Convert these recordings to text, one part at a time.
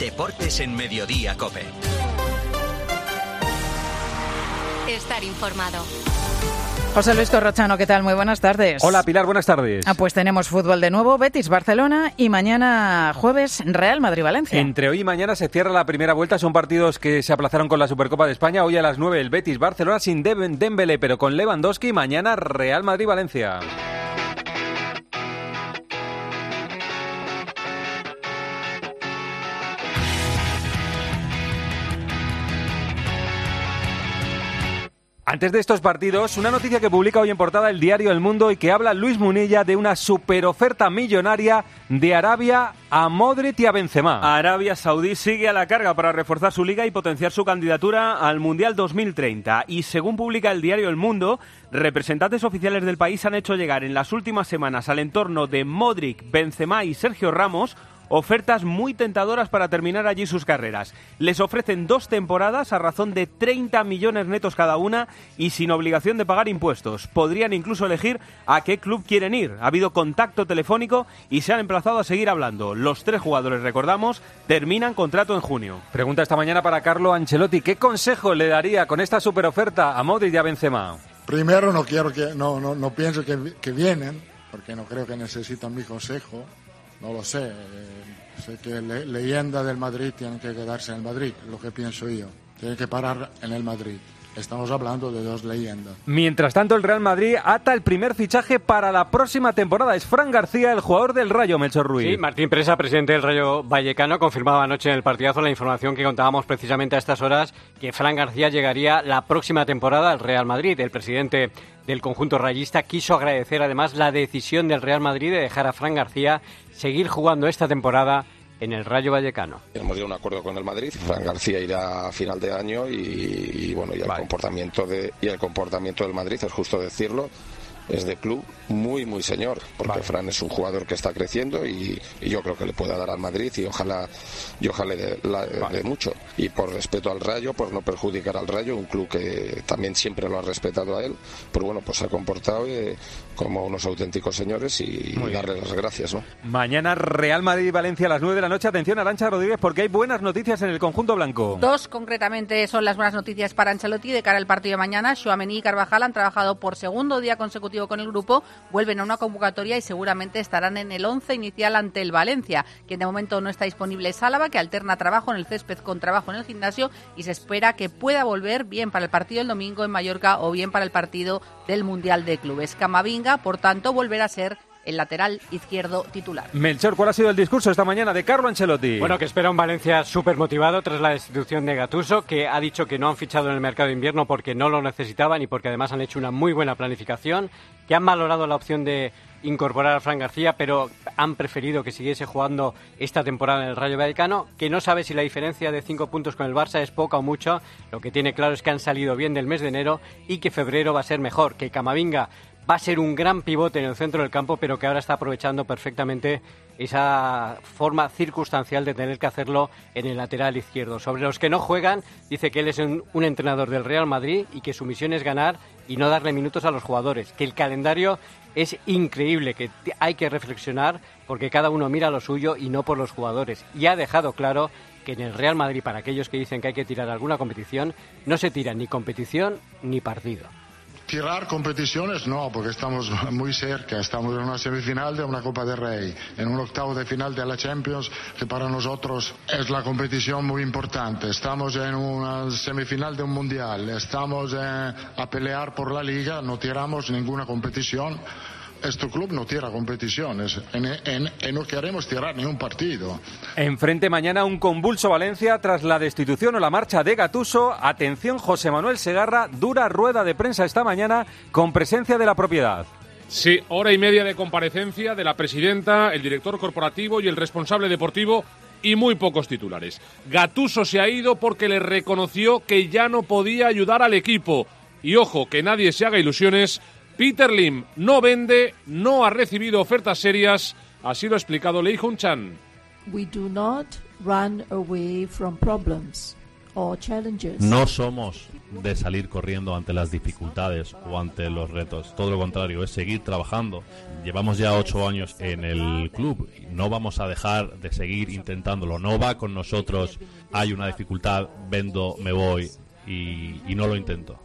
Deportes en Mediodía COPE. Estar informado. José Luis Corrochano, ¿qué tal? Muy buenas tardes. Hola Pilar, buenas tardes. Pues tenemos fútbol de nuevo, Betis-Barcelona y mañana jueves Real Madrid-Valencia. Entre hoy y mañana se cierra la primera vuelta, son partidos que se aplazaron con la Supercopa de España. Hoy a las 9 el Betis-Barcelona sin Dembélé, pero con Lewandowski. Mañana Real Madrid-Valencia. Antes de estos partidos, una noticia que publica hoy en portada el diario El Mundo y que habla Luis Munilla de una superoferta millonaria de Arabia a Modric y a Benzema. Arabia Saudí sigue a la carga para reforzar su liga y potenciar su candidatura al Mundial 2030. Y según publica el diario El Mundo, representantes oficiales del país han hecho llegar en las últimas semanas al entorno de Modric, Benzema y Sergio Ramos ofertas muy tentadoras para terminar allí sus carreras. Les ofrecen 2 temporadas a razón de 30 millones netos cada una y sin obligación de pagar impuestos. Podrían incluso elegir a qué club quieren ir. Ha habido contacto telefónico y se han emplazado a seguir hablando. Los 3 jugadores, recordamos, terminan contrato en junio. Pregunta esta mañana para Carlo Ancelotti. ¿Qué consejo le daría con esta superoferta a Modric y a Benzema? Primero, no pienso que vienen, porque no creo que necesitan mi consejo. No lo sé. Sé que leyenda del Madrid tienen que quedarse en el Madrid, lo que pienso yo. Tienen que parar en el Madrid. Estamos hablando de 2 leyendas. Mientras tanto, el Real Madrid ata el primer fichaje para la próxima temporada. Es Fran García, el jugador del Rayo, Melchor Ruiz. Sí, Martín Presa, presidente del Rayo Vallecano, confirmaba anoche en el partidazo la información que contábamos precisamente a estas horas, que Fran García llegaría la próxima temporada al Real Madrid. El presidente del conjunto rayista quiso agradecer además la decisión del Real Madrid de dejar a Fran García seguir jugando esta temporada en el Rayo Vallecano. Hemos llegado a un acuerdo con el Madrid. Fran García irá a final de año y el comportamiento del Madrid, es justo decirlo, es de club muy señor, porque Fran es un jugador que está creciendo y yo creo que le pueda dar al Madrid y ojalá le dé mucho. Y por respeto al Rayo, por no perjudicar al Rayo, un club que también siempre lo ha respetado a él, pues bueno, pues se ha comportado como unos auténticos señores y darle las gracias, ¿no? Mañana Real Madrid y Valencia a las 9 de la noche. Atención, Arantxa Rodríguez, porque hay buenas noticias en el conjunto blanco. 2 concretamente son las buenas noticias para Ancelotti de cara al partido de mañana. Tchouaméni y Carvajal han trabajado por segundo día consecutivo con el grupo, vuelven a una convocatoria y seguramente estarán en el 11 inicial ante el Valencia. Quien de momento no está disponible es Álava, que alterna trabajo en el césped con trabajo en el gimnasio y se espera que pueda volver bien para el partido del domingo en Mallorca o bien para el partido del Mundial de Clubes. Camavinga, por tanto, volverá a ser el lateral izquierdo titular. Melchor, ¿cuál ha sido el discurso esta mañana de Carlo Ancelotti? Bueno, que espera un Valencia súper motivado tras la destitución de Gattuso, que ha dicho que no han fichado en el mercado de invierno porque no lo necesitaban y porque además han hecho una muy buena planificación, que han valorado la opción de incorporar a Fran García, pero han preferido que siguiese jugando esta temporada en el Rayo Vallecano, que no sabe si la diferencia de 5 puntos con el Barça es poca o mucha. Lo que tiene claro es que han salido bien del mes de enero y que febrero va a ser mejor, que Camavinga va a ser un gran pivote en el centro del campo, pero que ahora está aprovechando perfectamente esa forma circunstancial de tener que hacerlo en el lateral izquierdo. Sobre los que no juegan, dice que él es un entrenador del Real Madrid y que su misión es ganar y no darle minutos a los jugadores, que el calendario es increíble, que hay que reflexionar porque cada uno mira lo suyo y no por los jugadores. Y ha dejado claro que en el Real Madrid, para aquellos que dicen que hay que tirar alguna competición, no se tira ni competición ni partido. Tirar competiciones no, porque estamos muy cerca, estamos en una semifinal de una Copa del Rey, en un octavo de final de la Champions, que para nosotros es la competición muy importante. Estamos en una semifinal de un Mundial, estamos a pelear por la Liga, no tiramos ninguna competición. Este club no tira competiciones y no queremos tirar ni un partido. Enfrente mañana un convulso Valencia tras la destitución o la marcha de Gattuso. Atención, José Manuel Segarra, dura rueda de prensa esta mañana con presencia de la propiedad. Sí, 1:30 de comparecencia de la presidenta, el director corporativo y el responsable deportivo y muy pocos titulares. Gattuso se ha ido porque le reconoció que ya no podía ayudar al equipo. Y ojo, que nadie se haga ilusiones, Peter Lim no vende, no ha recibido ofertas serias, así lo ha explicado Lee Jun-chan. We do not run away from problems. No somos de salir corriendo ante las dificultades o ante los retos, todo lo contrario, es seguir trabajando. Llevamos ya 8 años en el club, no vamos a dejar de seguir intentándolo, no va con nosotros, hay una dificultad, vendo, me voy y no lo intento.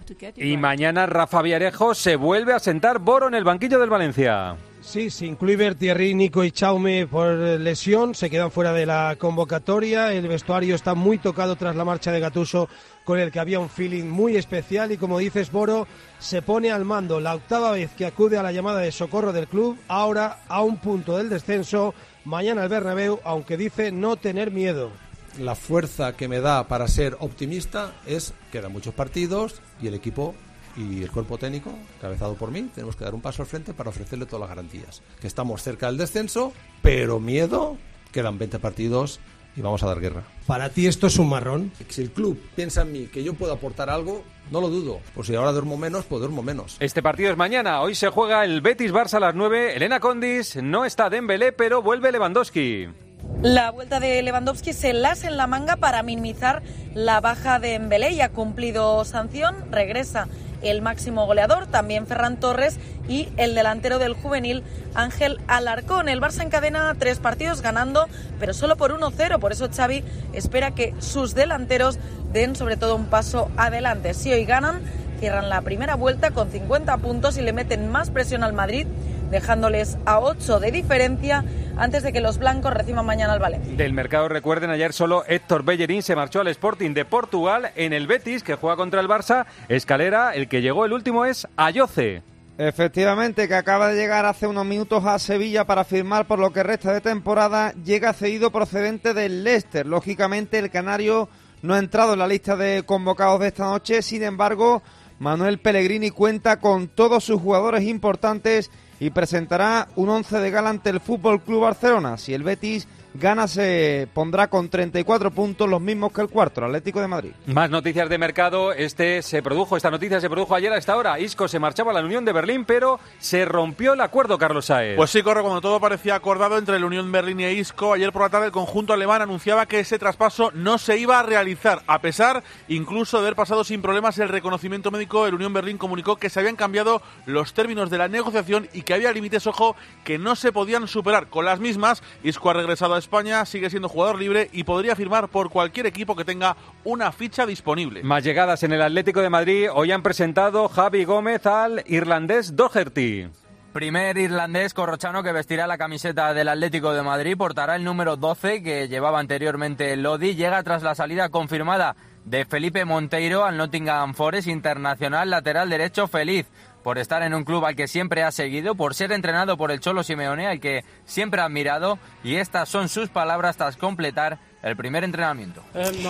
Y mañana Rafa Villarejo se vuelve a sentar Boro en el banquillo del Valencia. Sí, sin Kluivert, Thierry, Nico y Chaume por lesión, se quedan fuera de la convocatoria. El vestuario está muy tocado tras la marcha de Gattuso, con el que había un feeling muy especial. Y como dices, Boro se pone al mando, la 8ª vez que acude a la llamada de socorro del club, ahora a un punto del descenso. Mañana al Bernabéu, aunque dice no tener miedo. La fuerza que me da para ser optimista es que quedan muchos partidos y el equipo y el cuerpo técnico, cabezado por mí, tenemos que dar un paso al frente para ofrecerle todas las garantías. Que estamos cerca del descenso, pero miedo, quedan 20 partidos y vamos a dar guerra. ¿Para ti esto es un marrón? Si el club piensa en mí, que yo puedo aportar algo, no lo dudo. Pues si ahora duermo menos, pues duermo menos. Este partido es mañana, hoy se juega el Betis-Barça a las 9. Elena Condis, no está Dembélé, pero vuelve Lewandowski. La vuelta de Lewandowski se las en la manga para minimizar la baja de Dembélé y ha cumplido sanción, regresa el máximo goleador, también Ferran Torres y el delantero del juvenil Ángel Alarcón. El Barça encadena 3 partidos ganando, pero solo por 1-0, por eso Xavi espera que sus delanteros den sobre todo un paso adelante. Si hoy ganan, cierran la primera vuelta con 50 puntos y le meten más presión al Madrid, dejándoles a 8 de diferencia antes de que los blancos reciban mañana al Valencia. Del mercado, recuerden, ayer solo Héctor Bellerín se marchó al Sporting de Portugal. En el Betis, que juega contra el Barça, Escalera, el que llegó el último es Ayoce. Efectivamente, que acaba de llegar hace unos minutos a Sevilla para firmar por lo que resta de temporada, llega cedido procedente del Leicester. Lógicamente el canario no ha entrado en la lista de convocados de esta noche, sin embargo, Manuel Pellegrini cuenta con todos sus jugadores importantes y presentará un 11 de gala ante el Fútbol Club Barcelona. Si el Betis gana, se pondrá con 34 puntos, los mismos que el cuarto, el Atlético de Madrid. Más noticias de mercado. Esta noticia se produjo ayer a esta hora. Isco se marchaba a la Unión de Berlín, pero se rompió el acuerdo, Carlos Saez. Pues sí, corre, cuando todo parecía acordado entre la Unión Berlín y Isco, ayer por la tarde el conjunto alemán anunciaba que ese traspaso no se iba a realizar, a pesar incluso de haber pasado sin problemas el reconocimiento médico. El Unión Berlín comunicó que se habían cambiado los términos de la negociación y que había límites, ojo, que no se podían superar. Con las mismas, Isco ha regresado a España, sigue siendo jugador libre y podría firmar por cualquier equipo que tenga una ficha disponible. Más llegadas en el Atlético de Madrid. Hoy han presentado Javi Gómez al irlandés Doherty. Primer irlandés corrochano que vestirá la camiseta del Atlético de Madrid, portará el número 12 que llevaba anteriormente Lodi. Llega tras la salida confirmada de Felipe Monteiro al Nottingham Forest, internacional lateral derecho feliz por estar en un club al que siempre ha seguido, por ser entrenado por el Cholo Simeone, al que siempre ha admirado, y estas son sus palabras tras completar el primer entrenamiento.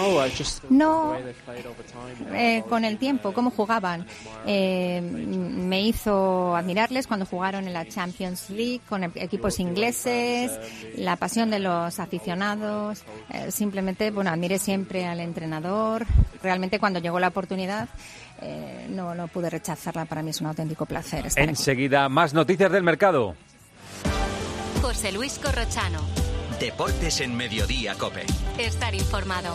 Con el tiempo, cómo jugaban, me hizo admirarles cuando jugaron en la Champions League con equipos ingleses, la pasión de los aficionados, simplemente, admiré siempre al entrenador. Realmente cuando llegó la oportunidad no pude rechazarla, para mí es un auténtico placer estar Enseguida, más noticias del mercado. José Luis Corrochano. Deportes en Mediodía, COPE. Estar informado.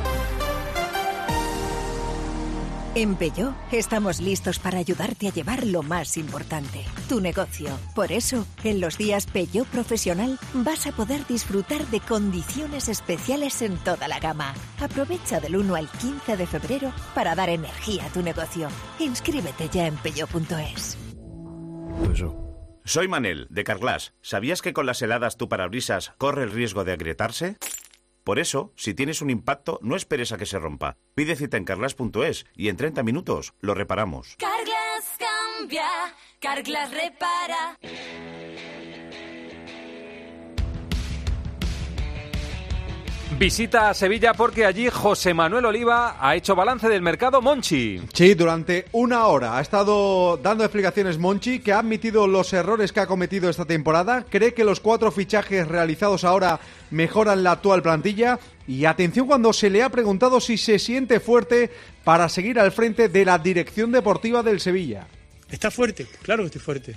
En Peugeot estamos listos para ayudarte a llevar lo más importante, tu negocio. Por eso, en los días Peugeot Profesional vas a poder disfrutar de condiciones especiales en toda la gama. Aprovecha del 1 al 15 de febrero para dar energía a tu negocio. Inscríbete ya en peugeot.es. Soy Manel, de Carglass. ¿Sabías que con las heladas tu parabrisas corre el riesgo de agrietarse? Por eso, si tienes un impacto, no esperes a que se rompa. Pide cita en Carglass.es y en 30 minutos lo reparamos. Carglass cambia, Carglass repara. Visita a Sevilla porque allí José Manuel Oliva ha hecho balance del mercado Monchi. Sí, durante una hora ha estado dando explicaciones Monchi, que ha admitido los errores que ha cometido esta temporada, cree que los 4 fichajes realizados ahora mejoran la actual plantilla y atención cuando se le ha preguntado si se siente fuerte para seguir al frente de la dirección deportiva del Sevilla. ¿Está fuerte? Claro que estoy fuerte.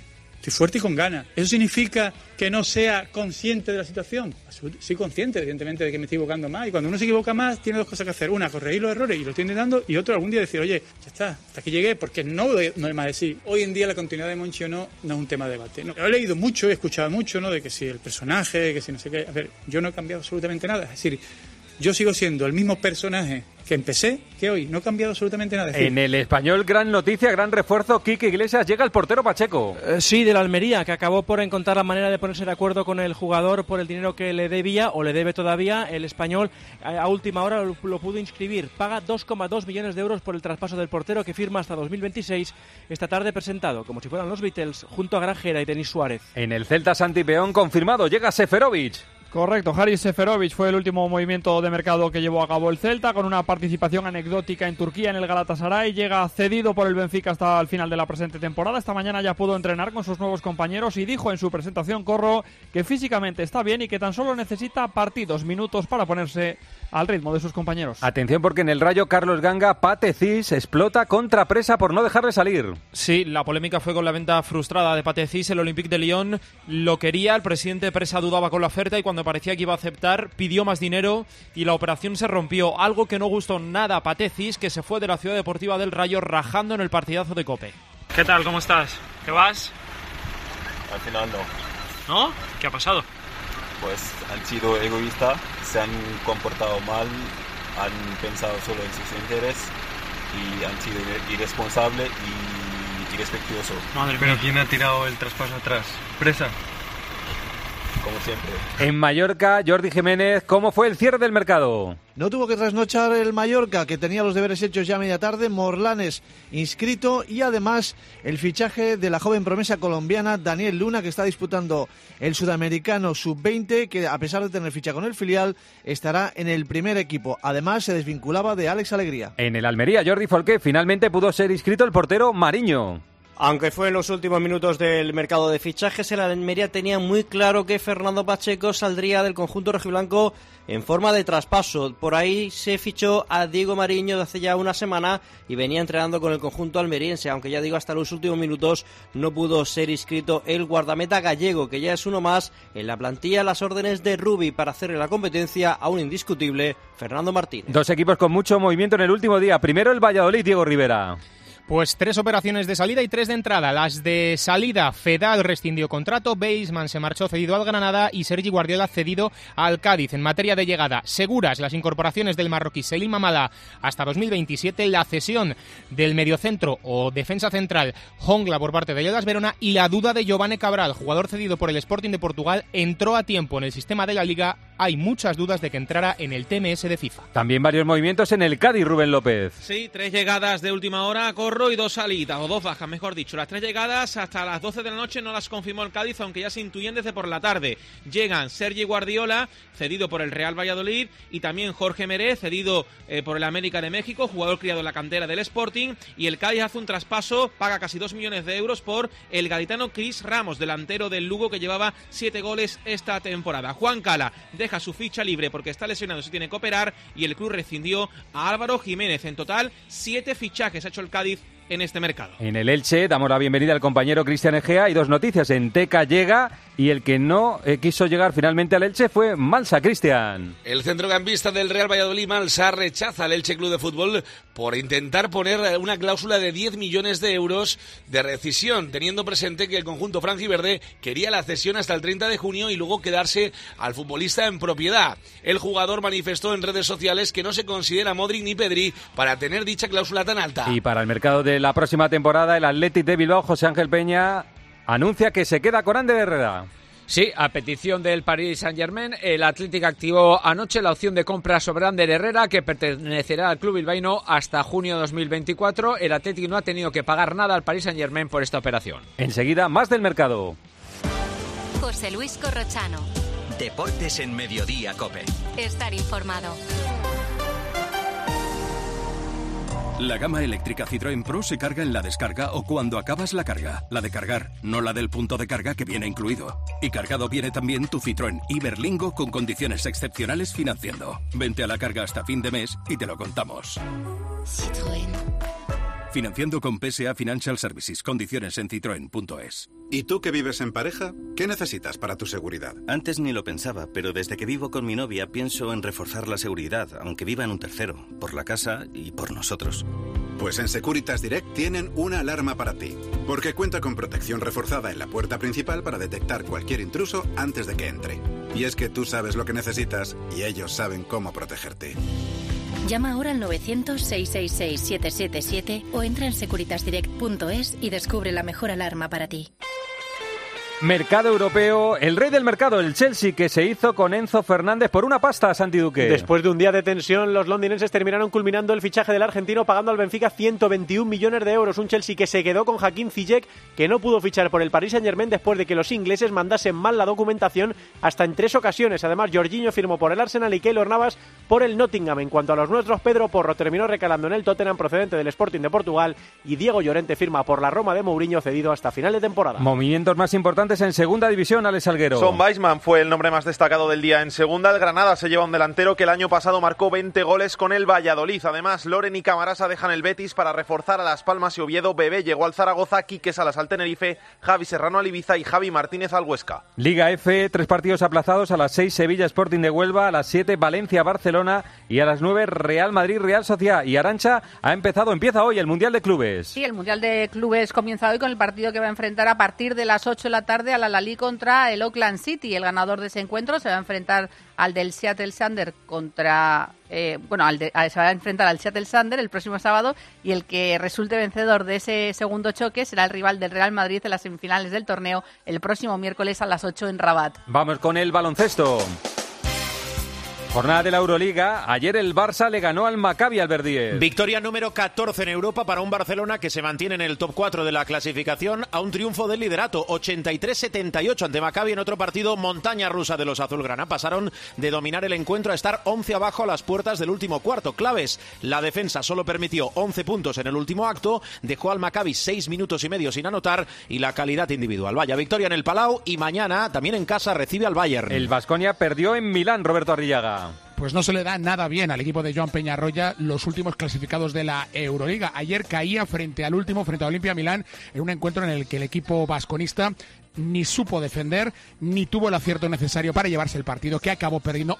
estoy fuerte y con ganas. ¿Eso significa que no sea consciente de la situación? Soy consciente, evidentemente, de que me estoy equivocando más. Y cuando uno se equivoca más, tiene dos cosas que hacer. Una, corregir los errores y lo estoy intentando. Y otro, algún día decir, oye, ya está, hasta aquí llegué, porque no es más decir. Hoy en día la continuidad de Monchi o no es un tema de debate. No, he leído mucho, he escuchado mucho, ¿no? De que si el personaje, que si no sé qué. A ver, yo no he cambiado absolutamente nada. Es decir, yo sigo siendo el mismo personaje que empecé, que hoy no ha cambiado absolutamente nada. En el Español, gran noticia, gran refuerzo. Quique Iglesias, llega el portero Pacheco. Sí, de la Almería, que acabó por encontrar la manera de ponerse de acuerdo con el jugador por el dinero que le debía o le debe todavía. El Español a última hora lo pudo inscribir. Paga 2,2 millones de euros por el traspaso del portero, que firma hasta 2026. Esta tarde presentado, como si fueran los Beatles, junto a Grajera y Denis Suárez. En el Celta Santi Peón, confirmado, llega Seferovic. Correcto, Haris Seferovic fue el último movimiento de mercado que llevó a cabo el Celta, con una participación anecdótica en Turquía en el Galatasaray. Llega cedido por el Benfica hasta el final de la presente temporada. Esta mañana ya pudo entrenar con sus nuevos compañeros y dijo en su presentación, Corro, que físicamente está bien y que tan solo necesita partidos, minutos para ponerse al ritmo de sus compañeros. Atención, porque en el Rayo Carlos Ganga, Pate Cis explota contra Presa por no dejarle salir. Sí, la polémica fue con la venta frustrada de Pate Cis. El Olympique de Lyon lo quería, el presidente Presa dudaba con la oferta y cuando parecía que iba a aceptar, pidió más dinero y la operación se rompió, algo que no gustó nada a Pate Cis, que se fue de la ciudad deportiva del Rayo rajando en el partidazo de COPE. ¿Qué tal? ¿Cómo estás? ¿Te vas? Al final no. ¿No? ¿Qué ha pasado? Pues han sido egoístas, se han comportado mal, han pensado solo en sus intereses y han sido irresponsables y irrespetuosos. Madre mía. ¿Pero quién ha tirado el traspaso atrás? ¿Presa? Como siempre. En Mallorca, Jordi Jiménez, ¿cómo fue el cierre del mercado? No tuvo que trasnochar el Mallorca, que tenía los deberes hechos ya a media tarde. Morlanes inscrito y además el fichaje de la joven promesa colombiana Daniel Luna, que está disputando el Sudamericano Sub-20, que a pesar de tener ficha con el filial, estará en el primer equipo. Además, se desvinculaba de Alex Alegría. En el Almería, Jordi Folqué, finalmente pudo ser inscrito el portero Mariño. Aunque fue en los últimos minutos del mercado de fichajes, el Almería tenía muy claro que Fernando Pacheco saldría del conjunto rojiblanco en forma de traspaso. Por ahí se fichó a Diego Mariño de hace ya una semana y venía entrenando con el conjunto almeriense, aunque ya digo, hasta los últimos minutos no pudo ser inscrito el guardameta gallego, que ya es uno más en la plantilla a las órdenes de Rubi para hacerle la competencia a un indiscutible Fernando Martínez. Dos equipos con mucho movimiento en el último día. Primero el Valladolid, Diego Rivera. Pues 3 operaciones de salida y 3 de entrada. Las de salida, Fedal rescindió contrato, Baseman se marchó cedido al Granada y Sergi Guardiola cedido al Cádiz. En materia de llegada, seguras las incorporaciones del marroquí Selim Amala hasta 2027, la cesión del mediocentro o defensa central Jongla por parte de Hellas Verona y la duda de Giovanni Cabral, jugador cedido por el Sporting de Portugal, entró a tiempo en el sistema de la Liga. Hay muchas dudas de que entrara en el TMS de FIFA. También varios movimientos en el Cádiz, Rubén López. Sí, 3 llegadas de última hora, Corro, y 2 salidas, o 2 bajas, mejor dicho. Las 3 llegadas hasta las 12 de la noche no las confirmó el Cádiz, aunque ya se intuyen desde por la tarde. Llegan Sergi Guardiola, cedido por el Real Valladolid, y también Jorge Meré, cedido por el América de México, jugador criado en la cantera del Sporting, y el Cádiz hace un traspaso, paga casi 2 millones de euros por el gaditano Chris Ramos, delantero del Lugo, que llevaba 7 goles esta temporada. Juan Cala deja su ficha libre porque está lesionado, se tiene que operar, y el club rescindió a Álvaro Jiménez. En total, 7 fichajes ha hecho el Cádiz en este mercado. En el Elche damos la bienvenida al compañero Cristian Egea y 2 noticias. Enteca llega y el que no quiso llegar finalmente al Elche fue Malsa. Cristian. El centrocampista del Real Valladolid, Malsa, rechaza al Elche Club de Fútbol por intentar poner una cláusula de 10 millones de euros de rescisión, teniendo presente que el conjunto franjiverde quería la cesión hasta el 30 de junio y luego quedarse al futbolista en propiedad. El jugador manifestó en redes sociales que no se considera Modric ni Pedri para tener dicha cláusula tan alta. Y para el mercado de la próxima temporada, el Athletic de Bilbao, José Ángel Peña, anuncia que se queda con Ander Herrera. Sí, a petición del Paris Saint-Germain, el Athletic activó anoche la opción de compra sobre Ander Herrera, que pertenecerá al club bilbaíno hasta junio de 2024. El Athletic no ha tenido que pagar nada al Paris Saint-Germain por esta operación. Enseguida, más del mercado. José Luis Corrochano. Deportes en Mediodía COPE. Estar informado. La gama eléctrica Citroën Pro se carga en la descarga o cuando acabas la carga. La de cargar, no la del punto de carga que viene incluido. Y cargado viene también tu Citroën Iberlingo con condiciones excepcionales financiando. Vente a la carga hasta fin de mes y te lo contamos. Citroën. Financiando con PSA Financial Services. Condiciones en citroen.es. ¿Y tú que vives en pareja? ¿Qué necesitas para tu seguridad? Antes ni lo pensaba, pero desde que vivo con mi novia pienso en reforzar la seguridad, aunque viva en un tercero, por la casa y por nosotros. Pues en Securitas Direct tienen una alarma para ti, porque cuenta con protección reforzada en la puerta principal para detectar cualquier intruso antes de que entre. Y es que tú sabes lo que necesitas y ellos saben cómo protegerte. Llama ahora al 900-666-777 o entra en securitasdirect.es y descubre la mejor alarma para ti. Mercado europeo, el rey del mercado, el Chelsea, que se hizo con Enzo Fernández por una pasta, Santi Duque. Después de un día de tensión, los londinenses terminaron culminando el fichaje del argentino pagando al Benfica 121 millones de euros. Un Chelsea que se quedó con Hakim Ziyech, que no pudo fichar por el Paris Saint-Germain después de que los ingleses mandasen mal la documentación hasta en 3 ocasiones. Además, Jorginho firmó por el Arsenal y Keylor Navas por el Nottingham. En cuanto a los nuestros, Pedro Porro terminó recalando en el Tottenham procedente del Sporting de Portugal y Diego Llorente firma por la Roma de Mourinho cedido hasta final de temporada. Movimientos más importantes en segunda división, Alex Salguero. Son Weisman fue el nombre más destacado del día en segunda. El Granada se lleva un delantero que el año pasado marcó 20 goles con el Valladolid. Además, Loren y Camarasa dejan el Betis para reforzar a Las Palmas y Oviedo. Bebé llegó al Zaragoza, Quique Salas al Tenerife, Javi Serrano al Ibiza y Javi Martínez al Huesca. Liga F, 3 partidos aplazados: a las 6 Sevilla Sporting de Huelva, a las 7 Valencia Barcelona y a las 9 Real Madrid Real Sociedad. Y Arantxa empieza hoy el Mundial de Clubes. Sí, el Mundial de Clubes comienza hoy con el partido que va a enfrentar a partir de las 8 de la tarde a la Lali contra el Auckland City. El ganador de ese encuentro se va a enfrentar al del Seattle Sounders se va a enfrentar al Seattle Sounders el próximo sábado, y el que resulte vencedor de ese segundo choque será el rival del Real Madrid en las semifinales del torneo el próximo miércoles a las 8 en Rabat. Vamos con el baloncesto. Jornada de la Euroliga. Ayer el Barça le ganó al Maccabi Alberdiez. Victoria número 14 en Europa para un Barcelona que se mantiene en el top 4 de la clasificación a un triunfo del liderato, 83-78 ante Maccabi en otro partido montaña rusa de los azulgrana. Pasaron de dominar el encuentro a estar 11 abajo a las puertas del último cuarto. Claves: la defensa solo permitió 11 puntos en el último acto, dejó al Maccabi 6 minutos y medio sin anotar, y la calidad individual. Vaya victoria en el Palau, y mañana también en casa recibe al Bayern. El Baskonia perdió en Milán, Roberto Arrillaga. Pues no se le da nada bien al equipo de Joan Peñarroya, los últimos clasificados de la Euroliga. Ayer caía frente al último, frente a Olimpia Milán, en un encuentro en el que el equipo vasconista ni supo defender, ni tuvo el acierto necesario para llevarse el partido, que acabó perdiendo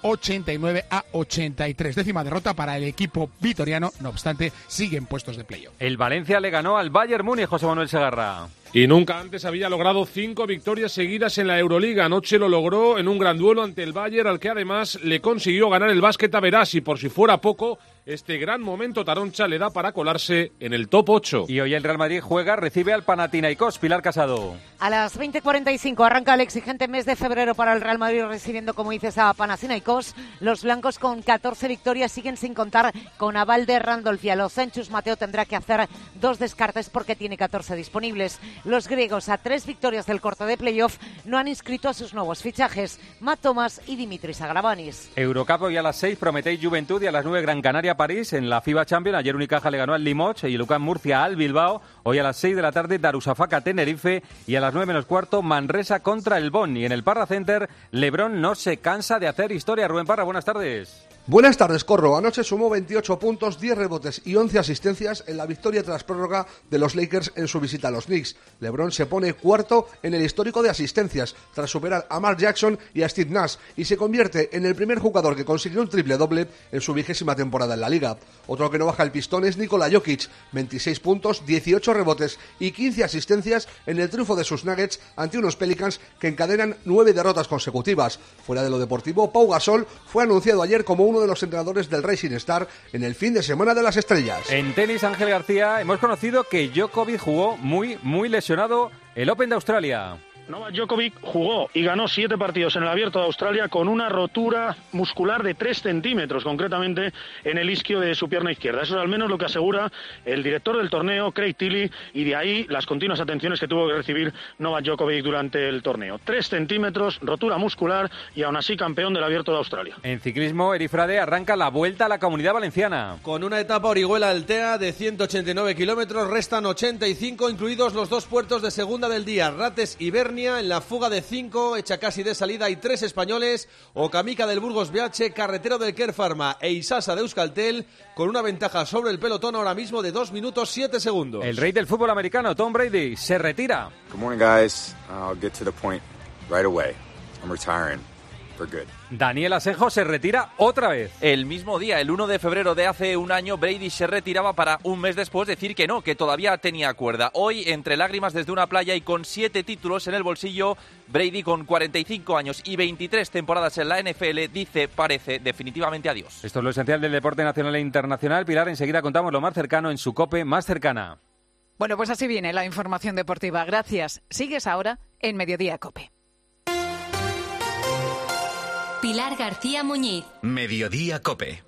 89-83. 10ª derrota para el equipo vitoriano, no obstante, sigue en puestos de playoff. El Valencia le ganó al Bayern Múnich, José Manuel Segarra. Y nunca antes había logrado 5 victorias seguidas en la Euroliga. Anoche lo logró en un gran duelo ante el Bayern, al que además le consiguió ganar el básquet a Verás, y por si fuera poco, este gran momento Taroncha le da para colarse en el top 8. Y hoy el Real Madrid recibe al Panathinaikos. Pilar Casado. A las 20:45 arranca el exigente mes de febrero para el Real Madrid, recibiendo, como dices, a Panathinaikos. Los blancos con 14 victorias siguen sin contar con aval de Randolph, y a los Senchus Mateo tendrá que hacer 2 descartes porque tiene 14 disponibles. Los griegos, a 3 victorias del corte de playoff, no han inscrito a sus nuevos fichajes, Matt Thomas y Dimitris Agravanis. Eurocup hoy a las 6, Prometei Juventud, y a las 9 Gran Canaria París en la FIBA Champions. Ayer Unicaja le ganó al Limoges y el UCAM Murcia al Bilbao. Hoy a las 6 de la tarde Darussafaka Tenerife, y a las 9 menos cuarto Manresa contra el Bonn. Y en el Parra Center, LeBron no se cansa de hacer historia. Rubén Parra, buenas tardes. Buenas tardes, Corro. Anoche sumó 28 puntos, 10 rebotes y 11 asistencias en la victoria tras prórroga de los Lakers en su visita a los Knicks. LeBron se pone cuarto en el histórico de asistencias tras superar a Mark Jackson y a Steve Nash, y se convierte en el primer jugador que consiguió un triple-doble en su 20ª temporada en la liga. Otro que no baja el pistón es Nikola Jokic, 26 puntos, 18 rebotes y 15 asistencias en el triunfo de sus Nuggets ante unos Pelicans que encadenan 9 derrotas consecutivas. Fuera de lo deportivo, Pau Gasol fue anunciado ayer como uno de los entrenadores del Racing Star en el fin de semana de las estrellas. En tenis, Ángel García, hemos conocido que Djokovic jugó muy lesionado el Open de Australia. Novak Djokovic jugó y ganó 7 partidos en el Abierto de Australia con una rotura muscular de 3 centímetros, concretamente en el isquio de su pierna izquierda. Eso es al menos lo que asegura el director del torneo, Craig Tiley, y de ahí las continuas atenciones que tuvo que recibir Novak Djokovic durante el torneo. 3 centímetros, rotura muscular, y aún así campeón del Abierto de Australia. En ciclismo, Eri Frade arranca la Vuelta a la Comunidad Valenciana. Con una etapa Orihuela-Altea de 189 kilómetros, restan 85, incluidos los 2 puertos de segunda del día, Rates y Berni, Bernia, en la fuga de 5, hecha casi de salida, hay 3 españoles, Okamica del Burgos BH, Carretero del Care Pharma e Isasa de Euskaltel, con una ventaja sobre el pelotón ahora mismo de 2 minutos 7 segundos. El rey del fútbol americano, Tom Brady, se retira. Good morning, guys. I'll get to the point right away. I'm retiring for good. Daniel Asenjo se retira otra vez. El mismo día, el 1 de febrero de hace un año, Brady se retiraba para un mes después decir que no, que todavía tenía cuerda. Hoy, entre lágrimas desde una playa y con 7 títulos en el bolsillo, Brady, con 45 años y 23 temporadas en la NFL, parece definitivamente adiós. Esto es lo esencial del deporte nacional e internacional. Pilar, enseguida contamos lo más cercano en su COPE más cercana. Bueno, pues así viene la información deportiva. Gracias. Sigues ahora en Mediodía COPE. Pilar García Muñiz. Mediodía COPE.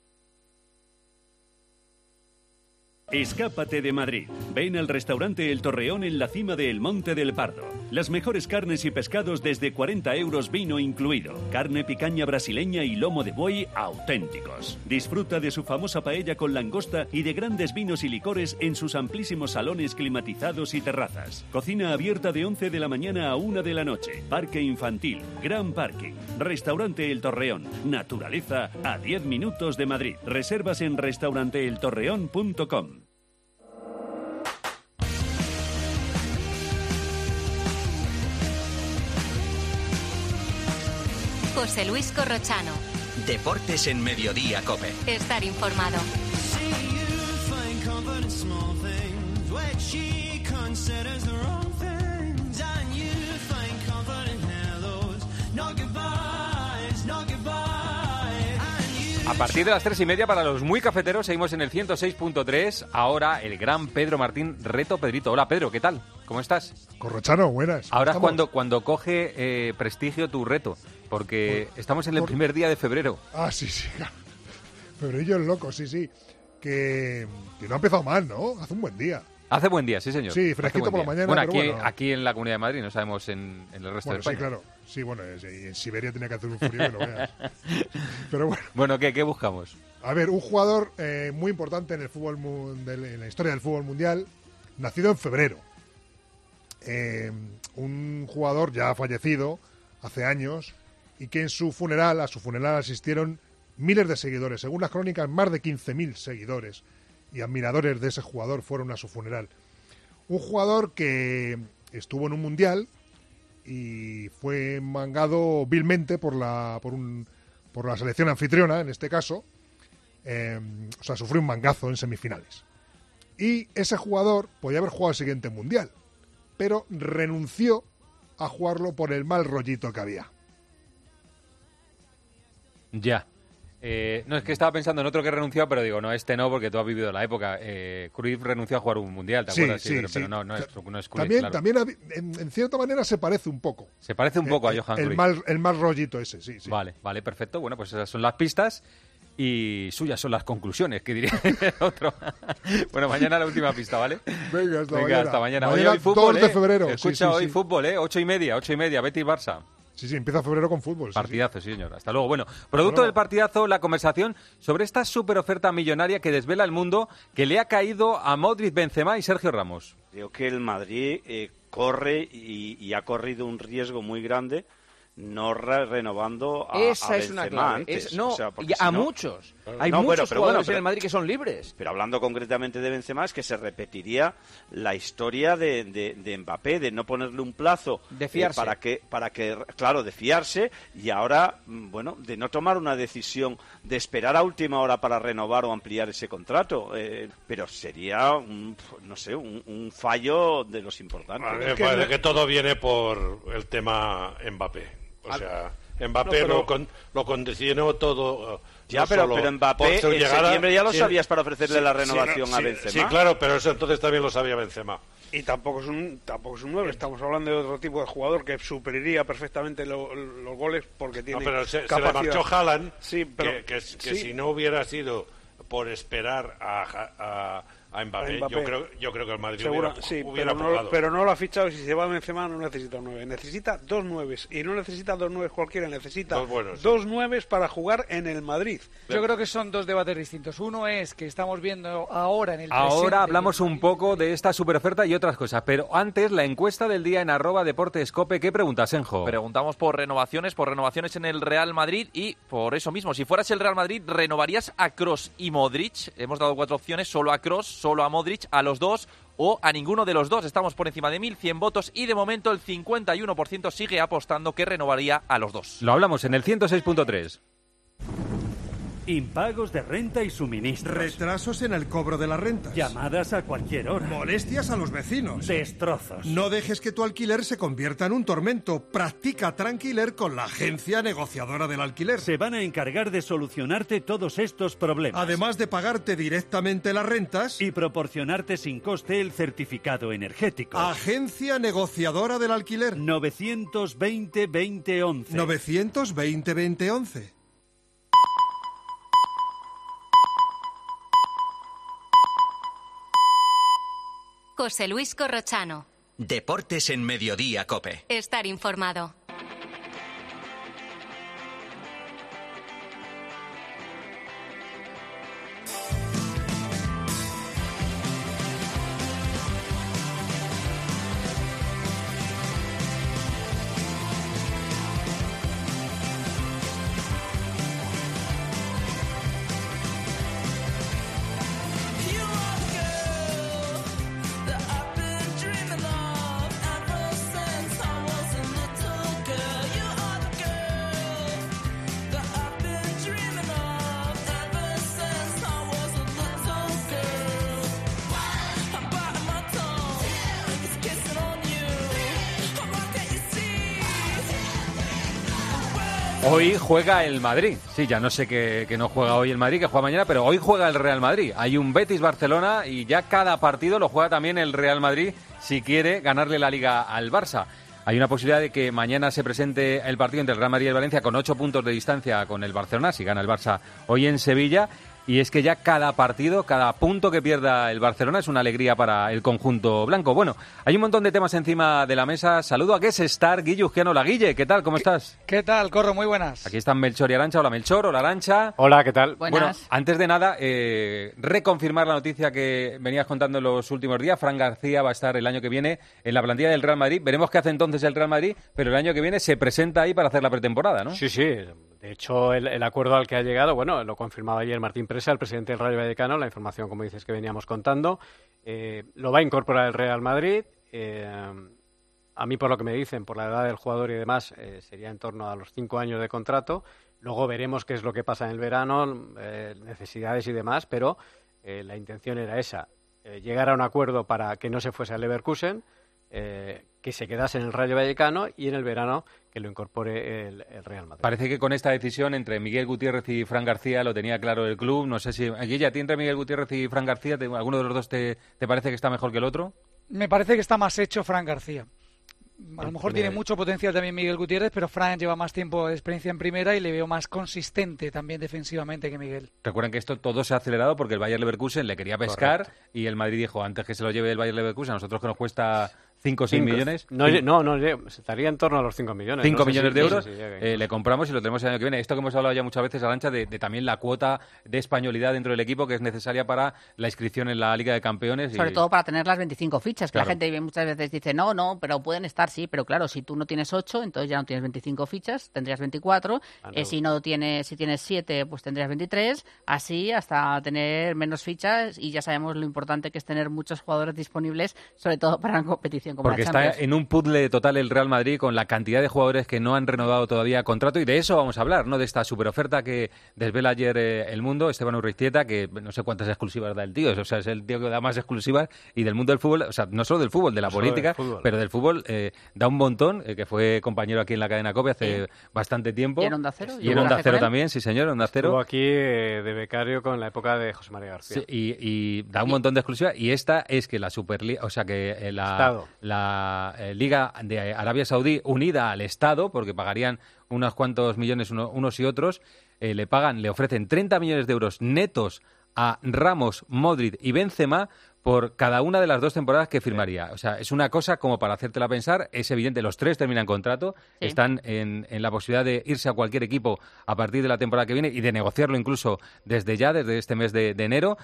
Escápate de Madrid. Ven al restaurante El Torreón en la cima de El Monte del Pardo. Las mejores carnes y pescados desde 40 euros, vino incluido. Carne picaña brasileña y lomo de buey auténticos. Disfruta de su famosa paella con langosta y de grandes vinos y licores en sus amplísimos salones climatizados y terrazas. Cocina abierta de 11 de la mañana a 1 de la noche. Parque infantil, gran parking. Restaurante El Torreón. Naturaleza a 10 minutos de Madrid. Reservas en restauranteeltorreón.com. José Luis Corrochano. Deportes en Mediodía COPE. Estar informado. A partir de las 3:30 para los muy cafeteros seguimos en el 106.3. Ahora el gran Pedro Martín, Reto Pedrito. Hola Pedro, ¿qué tal? ¿Cómo estás? Corrochano, buenas. Ahora es cuando coge prestigio tu reto, porque estamos en el primer día de febrero. Ah, sí. Febrero es loco, sí. Que no ha empezado mal, ¿no? Hace un buen día. Hace buen día, sí señor. Sí, fresquito por la mañana. Bueno, pero aquí en la Comunidad de Madrid, no sabemos en el resto de España. Sí, claro. Sí, bueno, en Siberia tenía que hacer un frío que no veas. Pero bueno. Bueno, ¿qué buscamos? A ver, un jugador muy importante en el fútbol en la historia del fútbol mundial, nacido en febrero. Un jugador ya fallecido hace años y que a su funeral asistieron miles de seguidores. Según las crónicas, más de 15.000 seguidores y admiradores de ese jugador fueron a su funeral. Un jugador que estuvo en un mundial y fue mangado vilmente por la selección anfitriona, en este caso. Sufrió un mangazo en semifinales. Y ese jugador podía haber jugado el siguiente mundial, pero renunció a jugarlo por el mal rollito que había. Ya. No, es que estaba pensando en otro que renunció, pero digo, no, este no, porque tú has vivido la época. Cruyff renunció a jugar un mundial, ¿te acuerdas? Sí, pero no es Cruyff, También en cierta manera se parece un poco. Se parece un poco a Johan Cruyff. El mal rollito ese, sí. Vale, perfecto. Bueno, pues esas son las pistas y suyas son las conclusiones, que diría otro. Bueno, mañana la última pista, ¿vale? Venga, hasta mañana. Hoy fútbol, 2 de febrero. Escucha, hoy fútbol, 8:30, Betis-Barça. Sí, empieza febrero con fútbol. Partidazo, sí, señor. Hasta luego. Bueno, producto del partidazo, la conversación sobre esta super oferta millonaria que desvela el mundo, que le ha caído a Modric, Benzema y Sergio Ramos. Creo que el Madrid corre y ha corrido un riesgo muy grande no renovando a Esa es Benzema una clave. antes. Muchos. Hay muchos jugadores en el Madrid que son libres. Pero hablando concretamente de Benzema, es que se repetiría la historia de Mbappé, de no ponerle un plazo de fiarse. Para que, claro, de fiarse, y ahora, bueno, de no tomar una decisión de esperar a última hora para renovar o ampliar ese contrato. Pero sería, un fallo de los importantes. Me parece que todo viene por el tema Mbappé. O sea, Mbappé lo condicionó todo. Ya, pero Mbappé en septiembre ya lo sabías para ofrecerle la renovación a Benzema. Sí, claro, pero eso entonces también lo sabía Benzema. Y tampoco es un 9, estamos hablando de otro tipo de jugador que supliría perfectamente los goles porque tiene pero se le marchó Haaland, que si no hubiera sido por esperar a A Mbappé. Yo creo que el Madrid hubiera pero no lo ha fichado. Si se va a Benzema no necesita un 9, necesita 2 9s y no necesita 2 9 cualquiera, necesita 2 9s para jugar en el Madrid. Yo creo que son dos debates distintos. Uno es que estamos viendo ahora en el presente. Ahora hablamos un poco de esta superoferta y otras cosas, pero antes la encuesta del día en @deportescope. ¿Qué preguntas, Senjo? Preguntamos por renovaciones en el Real Madrid y por eso mismo, si fueras el Real Madrid, ¿renovarías a Kroos y Modric? Hemos dado 4 opciones, solo a Kroos, solo a Modric, a los dos o a ninguno de los dos. Estamos por encima de 1.100 votos y de momento el 51% sigue apostando que renovaría a los dos. Lo hablamos en el 106.3. Impagos de renta y suministros. Retrasos en el cobro de las rentas. Llamadas a cualquier hora. Molestias a los vecinos. Destrozos. No dejes que tu alquiler se convierta en un tormento. Practica Tranquiler con la agencia negociadora del alquiler. Se van a encargar de solucionarte todos estos problemas. Además de pagarte directamente las rentas y proporcionarte sin coste el certificado energético. Agencia negociadora del alquiler. 920-2011. 920-2011. José Luis Corrochano. Deportes en Mediodía, COPE. Estar informado. Hoy juega el Madrid. Sí, ya no sé que no juega hoy el Madrid, que juega mañana, pero hoy juega el Real Madrid. Hay un Betis-Barcelona y ya cada partido lo juega también el Real Madrid si quiere ganarle la Liga al Barça. Hay una posibilidad de que mañana se presente el partido entre el Real Madrid y el Valencia con 8 puntos de distancia con el Barcelona, si gana el Barça hoy en Sevilla. Y es que ya cada partido, cada punto que pierda el Barcelona es una alegría para el conjunto blanco. Bueno, hay un montón de temas encima de la mesa. Saludo a Guest Star, Guille Ujgiano. Guille, ¿qué tal? ¿Cómo estás? ¿Qué tal, Corro? Muy buenas. Aquí están Melchor y Arantxa. Hola, Melchor. Hola, Arantxa. Hola, ¿qué tal? Buenas. Bueno, antes de nada, reconfirmar la noticia que venías contando en los últimos días. Fran García va a estar el año que viene en la plantilla del Real Madrid. Veremos qué hace entonces el Real Madrid, pero el año que viene se presenta ahí para hacer la pretemporada, ¿no? Sí, sí. De hecho, el acuerdo al que ha llegado, bueno, lo confirmaba ayer Martín Presa, el presidente del Rayo Vallecano, la información, como dices, que veníamos contando. Lo va a incorporar el Real Madrid. A mí, por lo que me dicen, por la edad del jugador y demás, sería en torno a los 5 años de contrato. Luego veremos qué es lo que pasa en el verano, necesidades y demás, pero la intención era esa, llegar a un acuerdo para que no se fuese al Leverkusen, que se quedase en el Rayo Vallecano y en el verano que lo incorpore el Real Madrid. Parece que con esta decisión entre Miguel Gutiérrez y Fran García lo tenía claro el club. No sé si aquí, ¿a ti entre Miguel Gutiérrez y Fran García, alguno de los dos te parece que está mejor que el otro? Me parece que está más hecho Fran García. A lo mejor tiene mucho potencial también Miguel Gutiérrez, pero Fran lleva más tiempo de experiencia en primera y le veo más consistente también defensivamente que Miguel. Recuerden que esto todo se ha acelerado porque el Bayer Leverkusen le quería pescar. Correcto. Y el Madrid dijo, antes que se lo lleve el Bayer Leverkusen, a nosotros que nos cuesta 5 o 6 millones. No, estaría en torno a los 5 millones. 5 millones de euros, le compramos y lo tenemos el año que viene. Esto que hemos hablado ya muchas veces, Arantxa, de también la cuota de españolidad dentro del equipo que es necesaria para la inscripción en la Liga de Campeones. Sobre todo para tener las 25 fichas, que claro. La gente muchas veces dice, no, pero pueden estar, sí, pero claro, si tú no tienes 8, entonces ya no tienes 25 fichas, tendrías 24. Si tienes 7, pues tendrías 23. Así hasta tener menos fichas y ya sabemos lo importante que es tener muchos jugadores disponibles, sobre todo para una competición como porque la Champions. Está en un puzzle total el Real Madrid con la cantidad de jugadores que no han renovado todavía contrato y de eso vamos a hablar, ¿no? De esta superoferta que desvela ayer El Mundo, Esteban Urriztieta, que no sé cuántas exclusivas da el tío, o sea, es el tío que da más exclusivas y del mundo del fútbol, o sea, no solo del fútbol, de la política, pero del fútbol da un montón, que fue compañero aquí en la cadena COPE hace bastante tiempo. ¿Y en Onda Cero? Y en Onda Cero también, sí señor, Onda Cero. Estuvo aquí de becario con la época de José María García. Sí, y da un montón de exclusivas y esta es que la Superliga, o sea que la Liga de Arabia Saudí unida al Estado, porque pagarían unos cuantos millones unos y otros, le ofrecen 30 millones de euros netos a Ramos, Modric y Benzema por cada una de las 2 temporadas que firmaría. O sea, es una cosa como para hacértela pensar. Es evidente, los 3 terminan contrato, están en la posibilidad de irse a cualquier equipo a partir de la temporada que viene y de negociarlo incluso desde ya, desde este mes de enero.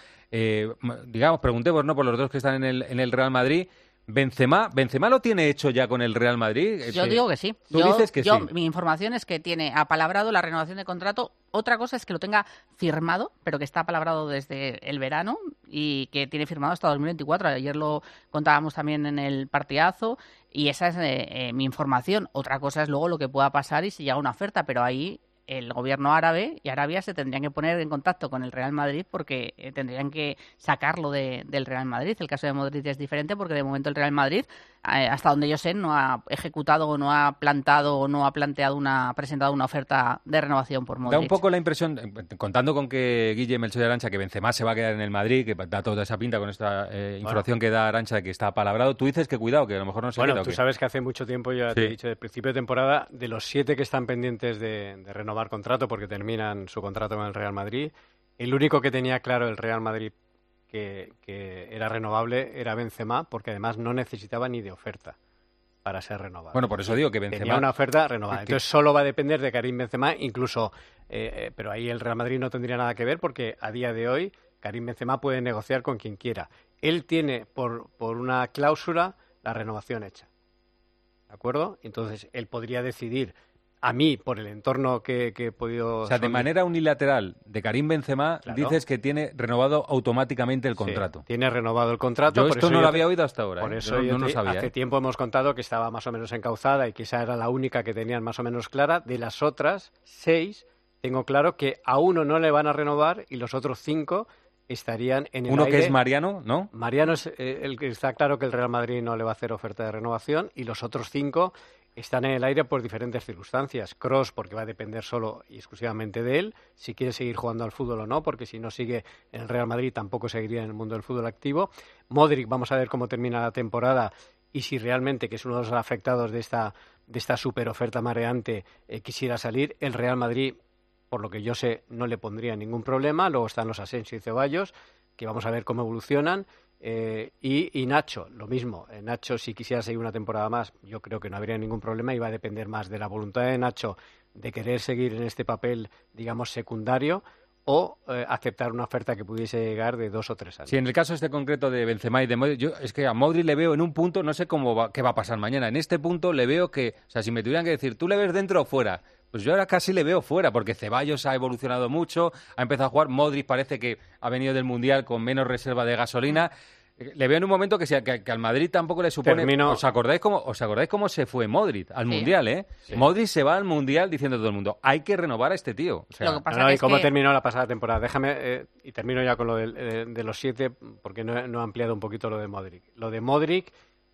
Preguntemos, ¿no?, por los 2 que están en el Real Madrid. ¿Benzema lo tiene hecho ya con el Real Madrid? Yo digo que sí. ¿Tú dices que sí? Mi información es que tiene apalabrado la renovación de contrato. Otra cosa es que lo tenga firmado, pero que está apalabrado desde el verano y que tiene firmado hasta 2024. Ayer lo contábamos también en el partidazo y esa es mi información. Otra cosa es luego lo que pueda pasar y si llega una oferta, pero ahí el gobierno árabe y Arabia se tendrían que poner en contacto con el Real Madrid porque tendrían que sacarlo del Real Madrid. El caso de Modric es diferente porque de momento el Real Madrid, hasta donde yo sé, no ha ejecutado o no ha plantado o no ha presentado una oferta de renovación por Modric. Da un poco la impresión, contando con que Guille Melchor y Arantxa, que Benzema se va a quedar en el Madrid, que da toda esa pinta con esta información que da Arantxa de que está apalabrado. Tú dices que cuidado, que a lo mejor no se queda. Bueno, tú sabes que hace mucho tiempo, yo ya te he dicho, desde el principio de temporada, de los 7 que están pendientes de renovar contrato porque terminan su contrato con el Real Madrid, el único que tenía claro el Real Madrid que era renovable era Benzema, porque además no necesitaba ni de oferta para ser renovado. Bueno, por eso digo que Benzema tenía una oferta renovada. Entonces solo va a depender de Karim Benzema, incluso, pero ahí el Real Madrid no tendría nada que ver porque a día de hoy Karim Benzema puede negociar con quien quiera. Él tiene por una cláusula la renovación hecha. ¿De acuerdo? Entonces él podría decidir. A mí, por el entorno que he podido... O sea, de manera unilateral, de Karim Benzema, dices que tiene renovado automáticamente el contrato. Sí, tiene renovado el contrato. Yo esto no lo había oído hasta ahora. Por eso yo no sabía. Hace tiempo hemos contado que estaba más o menos encauzada y que esa era la única que tenían más o menos clara. De las otras 6, tengo claro que a uno no le van a renovar y los otros 5 estarían en el Uno aire. Que es Mariano, ¿no? Mariano es el que está claro que el Real Madrid no le va a hacer oferta de renovación y los otros 5... están en el aire por diferentes circunstancias. Kroos, porque va a depender solo y exclusivamente de él, si quiere seguir jugando al fútbol o no, porque si no sigue en el Real Madrid tampoco seguiría en el mundo del fútbol activo. Modric, vamos a ver cómo termina la temporada y si realmente, que es uno de los afectados de esta super oferta mareante, quisiera salir. El Real Madrid, por lo que yo sé, no le pondría ningún problema. Luego están los Asensio y Ceballos, que vamos a ver cómo evolucionan. Y Nacho, lo mismo. Nacho, si quisiera seguir una temporada más, yo creo que no habría ningún problema y va a depender más de la voluntad de Nacho de querer seguir en este papel, digamos, secundario o aceptar una oferta que pudiese llegar de 2 o 3 años. Sí, en el caso este concreto de Benzema y de Modric, yo es que a Modric le veo en un punto, no sé qué va a pasar mañana. En este punto le veo que, o sea, si me tuvieran que decir, ¿tú le ves dentro o fuera? Pues yo ahora casi le veo fuera, porque Ceballos ha evolucionado mucho, ha empezado a jugar, Modric parece que ha venido del Mundial con menos reserva de gasolina. Le veo en un momento que al Madrid tampoco le supone... ¿Os acordáis cómo se fue Modric al Mundial, eh? Sí. Modric se va al Mundial diciendo a todo el mundo, hay que renovar a este tío. O sea, ¿y cómo terminó la pasada temporada? Déjame, y termino ya con lo de los 7, porque no he ampliado un poquito lo de Modric. Lo de Modric,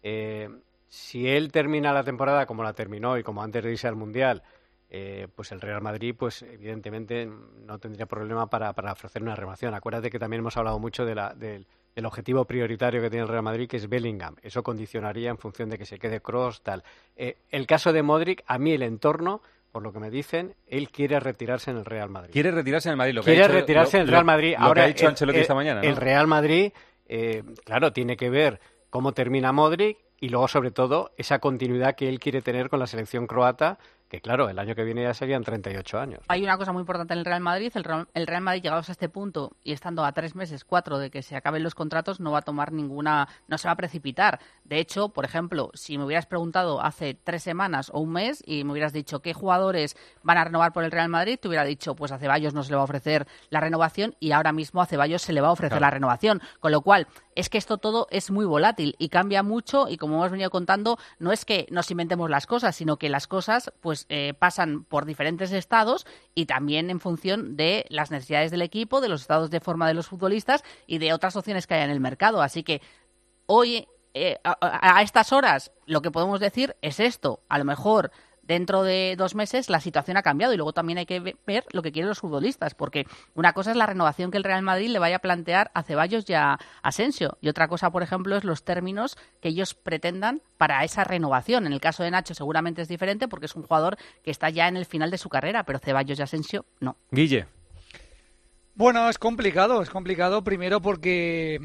si él termina la temporada como la terminó y como antes de irse al Mundial, pues el Real Madrid, pues evidentemente no tendría problema para ofrecer una renovación. Acuérdate que también hemos hablado mucho del objetivo prioritario que tiene el Real Madrid, que es Bellingham. Eso condicionaría en función de que se quede Kroos, tal. El caso de Modric, a mí el entorno, por lo que me dicen, él quiere retirarse en el Real Madrid. Quiere retirarse en el Madrid. Quiere retirarse en el Real Madrid. Ahora, que ha dicho Ancelotti esta mañana, ¿no? El Real Madrid, claro, tiene que ver cómo termina Modric y luego, sobre todo, esa continuidad que él quiere tener con la selección croata, que claro, el año que viene ya serían 38 años. Hay una cosa muy importante en el Real Madrid. El Real Madrid, llegados a este punto y estando a 3 meses, 4 de que se acaben los contratos, no va a tomar no se va a precipitar. De hecho, por ejemplo, si me hubieras preguntado hace 3 semanas o un mes y me hubieras dicho qué jugadores van a renovar por el Real Madrid, te hubiera dicho, pues a Ceballos no se le va a ofrecer la renovación y ahora mismo a Ceballos se le va a ofrecer la renovación. Con lo cual, es que esto todo es muy volátil y cambia mucho y como hemos venido contando, no es que nos inventemos las cosas, sino que las cosas pues pasan por diferentes estados y también en función de las necesidades del equipo, de los estados de forma de los futbolistas y de otras opciones que hay en el mercado. Así que hoy, a estas horas, lo que podemos decir es esto. A lo mejor dentro de 2 meses la situación ha cambiado y luego también hay que ver lo que quieren los futbolistas, porque una cosa es la renovación que el Real Madrid le vaya a plantear a Ceballos y a Asensio y otra cosa, por ejemplo, es los términos que ellos pretendan para esa renovación. En el caso de Nacho seguramente es diferente porque es un jugador que está ya en el final de su carrera, pero Ceballos y Asensio no. Guille. Bueno, es complicado primero porque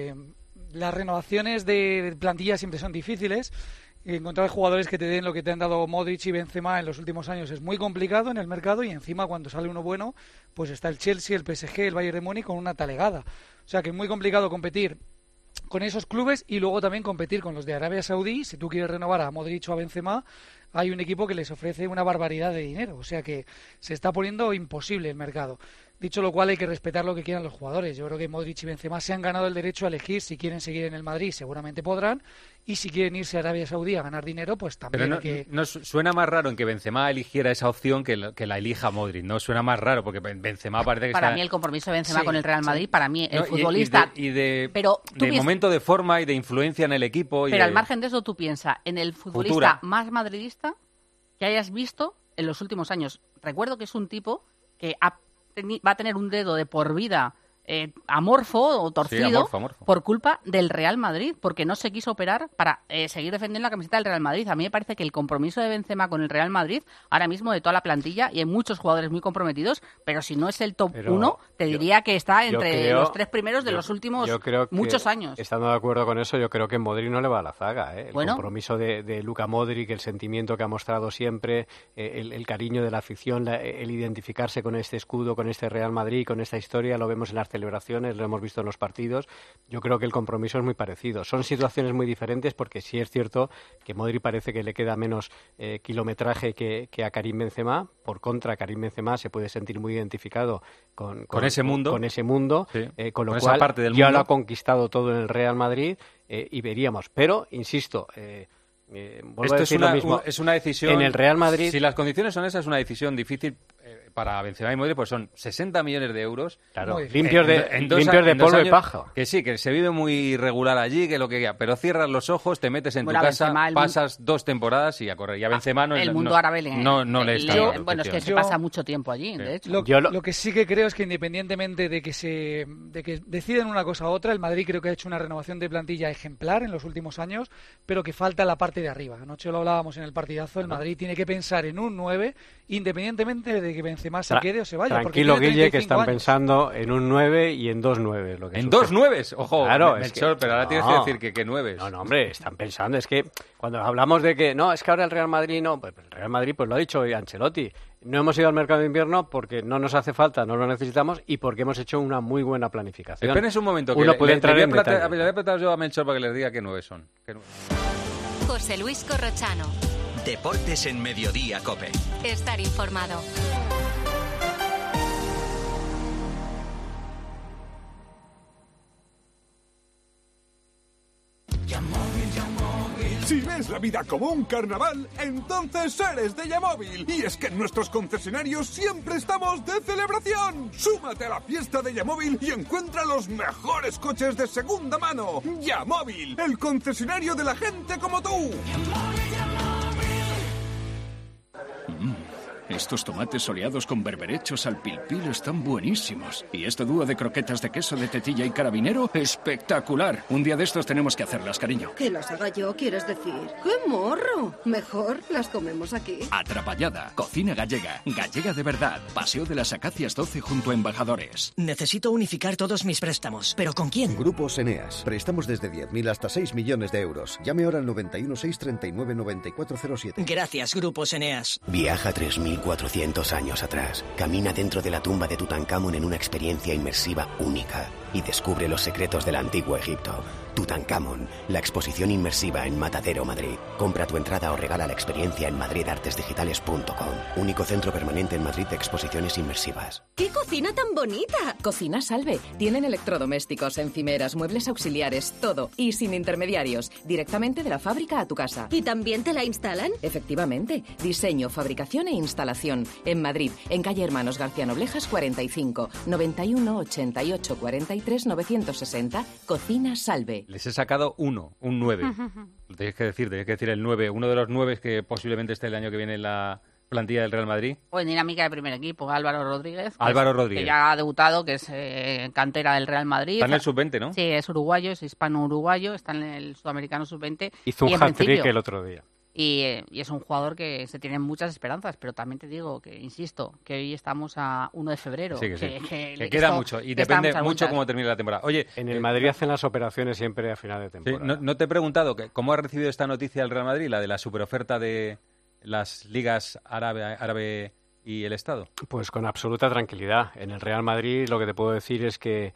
las renovaciones de plantilla siempre son difíciles. Encontrar jugadores que te den lo que te han dado Modric y Benzema en los últimos años es muy complicado en el mercado, y encima cuando sale uno bueno, pues está el Chelsea, el PSG, el Bayern de Múnich con una talegada. O sea que es muy complicado competir con esos clubes y luego también competir con los de Arabia Saudí. Si tú quieres renovar a Modric o a Benzema, hay un equipo que les ofrece una barbaridad de dinero. O sea que se está poniendo imposible el mercado. Dicho lo cual, hay que respetar lo que quieran los jugadores. Yo creo que Modric y Benzema se han ganado el derecho a elegir si quieren seguir en el Madrid, seguramente podrán, y si quieren irse a Arabia Saudí a ganar dinero, pues también. Pero no suena más raro en que Benzema eligiera esa opción que la elija Modric. No suena más raro, porque Benzema parece que para mí el compromiso de Benzema con el Real Madrid, para mí el futbolista... Pero de momento de forma y de influencia en el equipo... Pero al margen de eso, tú piensas en el futbolista más madridista que hayas visto en los últimos años. Recuerdo que es un tipo que va a tener un dedo de por vida amorfo o torcido amorfo. Por culpa del Real Madrid, porque no se quiso operar para seguir defendiendo la camiseta del Real Madrid. A mí me parece que el compromiso de Benzema con el Real Madrid, ahora mismo de toda la plantilla, y hay muchos jugadores muy comprometidos, pero si no es el top 1, te diría que está entre los 3 primeros de los últimos muchos años. Estando de acuerdo con eso, yo creo que Modric no le va a la zaga. El compromiso de Luka Modric, el sentimiento que ha mostrado siempre, el cariño de la afición, el identificarse con este escudo, con este Real Madrid, con esta historia, lo vemos en las celebraciones, lo hemos visto en los partidos. Yo creo que el compromiso es muy parecido. Son situaciones muy diferentes, porque sí es cierto que Modric parece que le queda menos kilometraje que a Karim Benzema. Por contra, Karim Benzema se puede sentir muy identificado con ese mundo, sí. Con lo cual esa parte del ya mundo lo ha conquistado todo en el Real Madrid, y veríamos. Pero, insisto, vuelvo a decir lo mismo. Es una decisión en el Real Madrid. Si las condiciones son esas, es una decisión difícil para Benzema y Modric, pues son 60 millones de euros. Claro, limpios de polvo y paja. Que sí, que se vive muy regular allí, que lo que quiera, pero cierras los ojos, te metes en tu casa, pasas 2 temporadas y a correr. Y a Benzema el mundo árabe no le está. Bueno, es que se pasa mucho tiempo allí, de hecho. Lo que sí que creo es que, independientemente de que deciden una cosa u otra, el Madrid creo que ha hecho una renovación de plantilla ejemplar en los últimos años, pero que falta la parte de arriba. Anoche lo hablábamos en el partidazo, el Madrid tiene que pensar en un 9, independientemente de que Benzema se quede o se vaya. Tranquilo, Guille, que están pensando en un 9 y en 2 9. ¿En 2 9? Ojo, claro, Melchor, pero ahora tienes que decir que 9. No, hombre, están pensando. Es que cuando hablamos de que no, es que ahora el Real Madrid no, pues el Real Madrid, pues lo ha dicho hoy Ancelotti. No hemos ido al mercado de invierno porque no nos hace falta, no lo necesitamos, y porque hemos hecho una muy buena planificación. Esperen un momento, que uno puede entrar en le voy a preguntar yo a Melchor para que les diga qué 9 son. José Luis Corrochano. Deportes en Mediodía, COPE. Estar informado. Si ves la vida como un carnaval, entonces eres de Yamóvil. Y es que en nuestros concesionarios siempre estamos de celebración. Súmate a la fiesta de Yamóvil y encuentra los mejores coches de segunda mano. Yamóvil, el concesionario de la gente como tú. Estos tomates soleados con berberechos al pil están buenísimos. Y este dúo de croquetas de queso de tetilla y carabinero, espectacular. Un día de estos tenemos que hacerlas, cariño. ¿Que las haga yo, quieres decir? ¡Qué morro! Mejor las comemos aquí. Atrapallada, cocina gallega, gallega de verdad. Paseo de las Acacias 12 junto a Embajadores. Necesito unificar todos mis préstamos. ¿Pero con quién? Grupos Eneas. Préstamos desde 10.000 hasta 6 millones de euros. Llame ahora al 91 639 9407. Gracias, Grupos Eneas. Viaja 3.400 años atrás. Camina dentro de la tumba de Tutankamón en una experiencia inmersiva única y descubre los secretos del antiguo Egipto. Tutankamón, la exposición inmersiva en Matadero, Madrid. Compra tu entrada o regala la experiencia en madridartesdigitales.com. Único centro permanente en Madrid de exposiciones inmersivas. ¡Qué cocina tan bonita! Cocina Salve. Tienen electrodomésticos, encimeras, muebles auxiliares, todo. Y sin intermediarios. Directamente de la fábrica a tu casa. ¿Y también te la instalan? Efectivamente. Diseño, fabricación e instalación. En Madrid, en calle Hermanos García Noblejas 45, 91 88 43 960. Cocina Salve. Les he sacado un 9. Tenéis que decir el 9. Uno de los 9 que posiblemente esté el año que viene en la plantilla del Real Madrid. O en dinámica de primer equipo, Álvaro Rodríguez. Que ya ha debutado, que es cantera del Real Madrid. Está en el sub-20, ¿no? Sí, es uruguayo, es hispano-uruguayo, está en el sudamericano sub-20. Hizo un hat-trick el otro día. y es un jugador que se tienen muchas esperanzas, pero también te digo que, insisto, que hoy estamos a 1 de febrero. Sí, que queda mucho y depende mucho cómo termine la temporada. Oye, en el Madrid hacen las operaciones siempre a final de temporada. Sí, no te he preguntado cómo ha recibido esta noticia el Real Madrid, la de la superoferta de las ligas árabe y el Estado. Pues con absoluta tranquilidad. En el Real Madrid lo que te puedo decir es que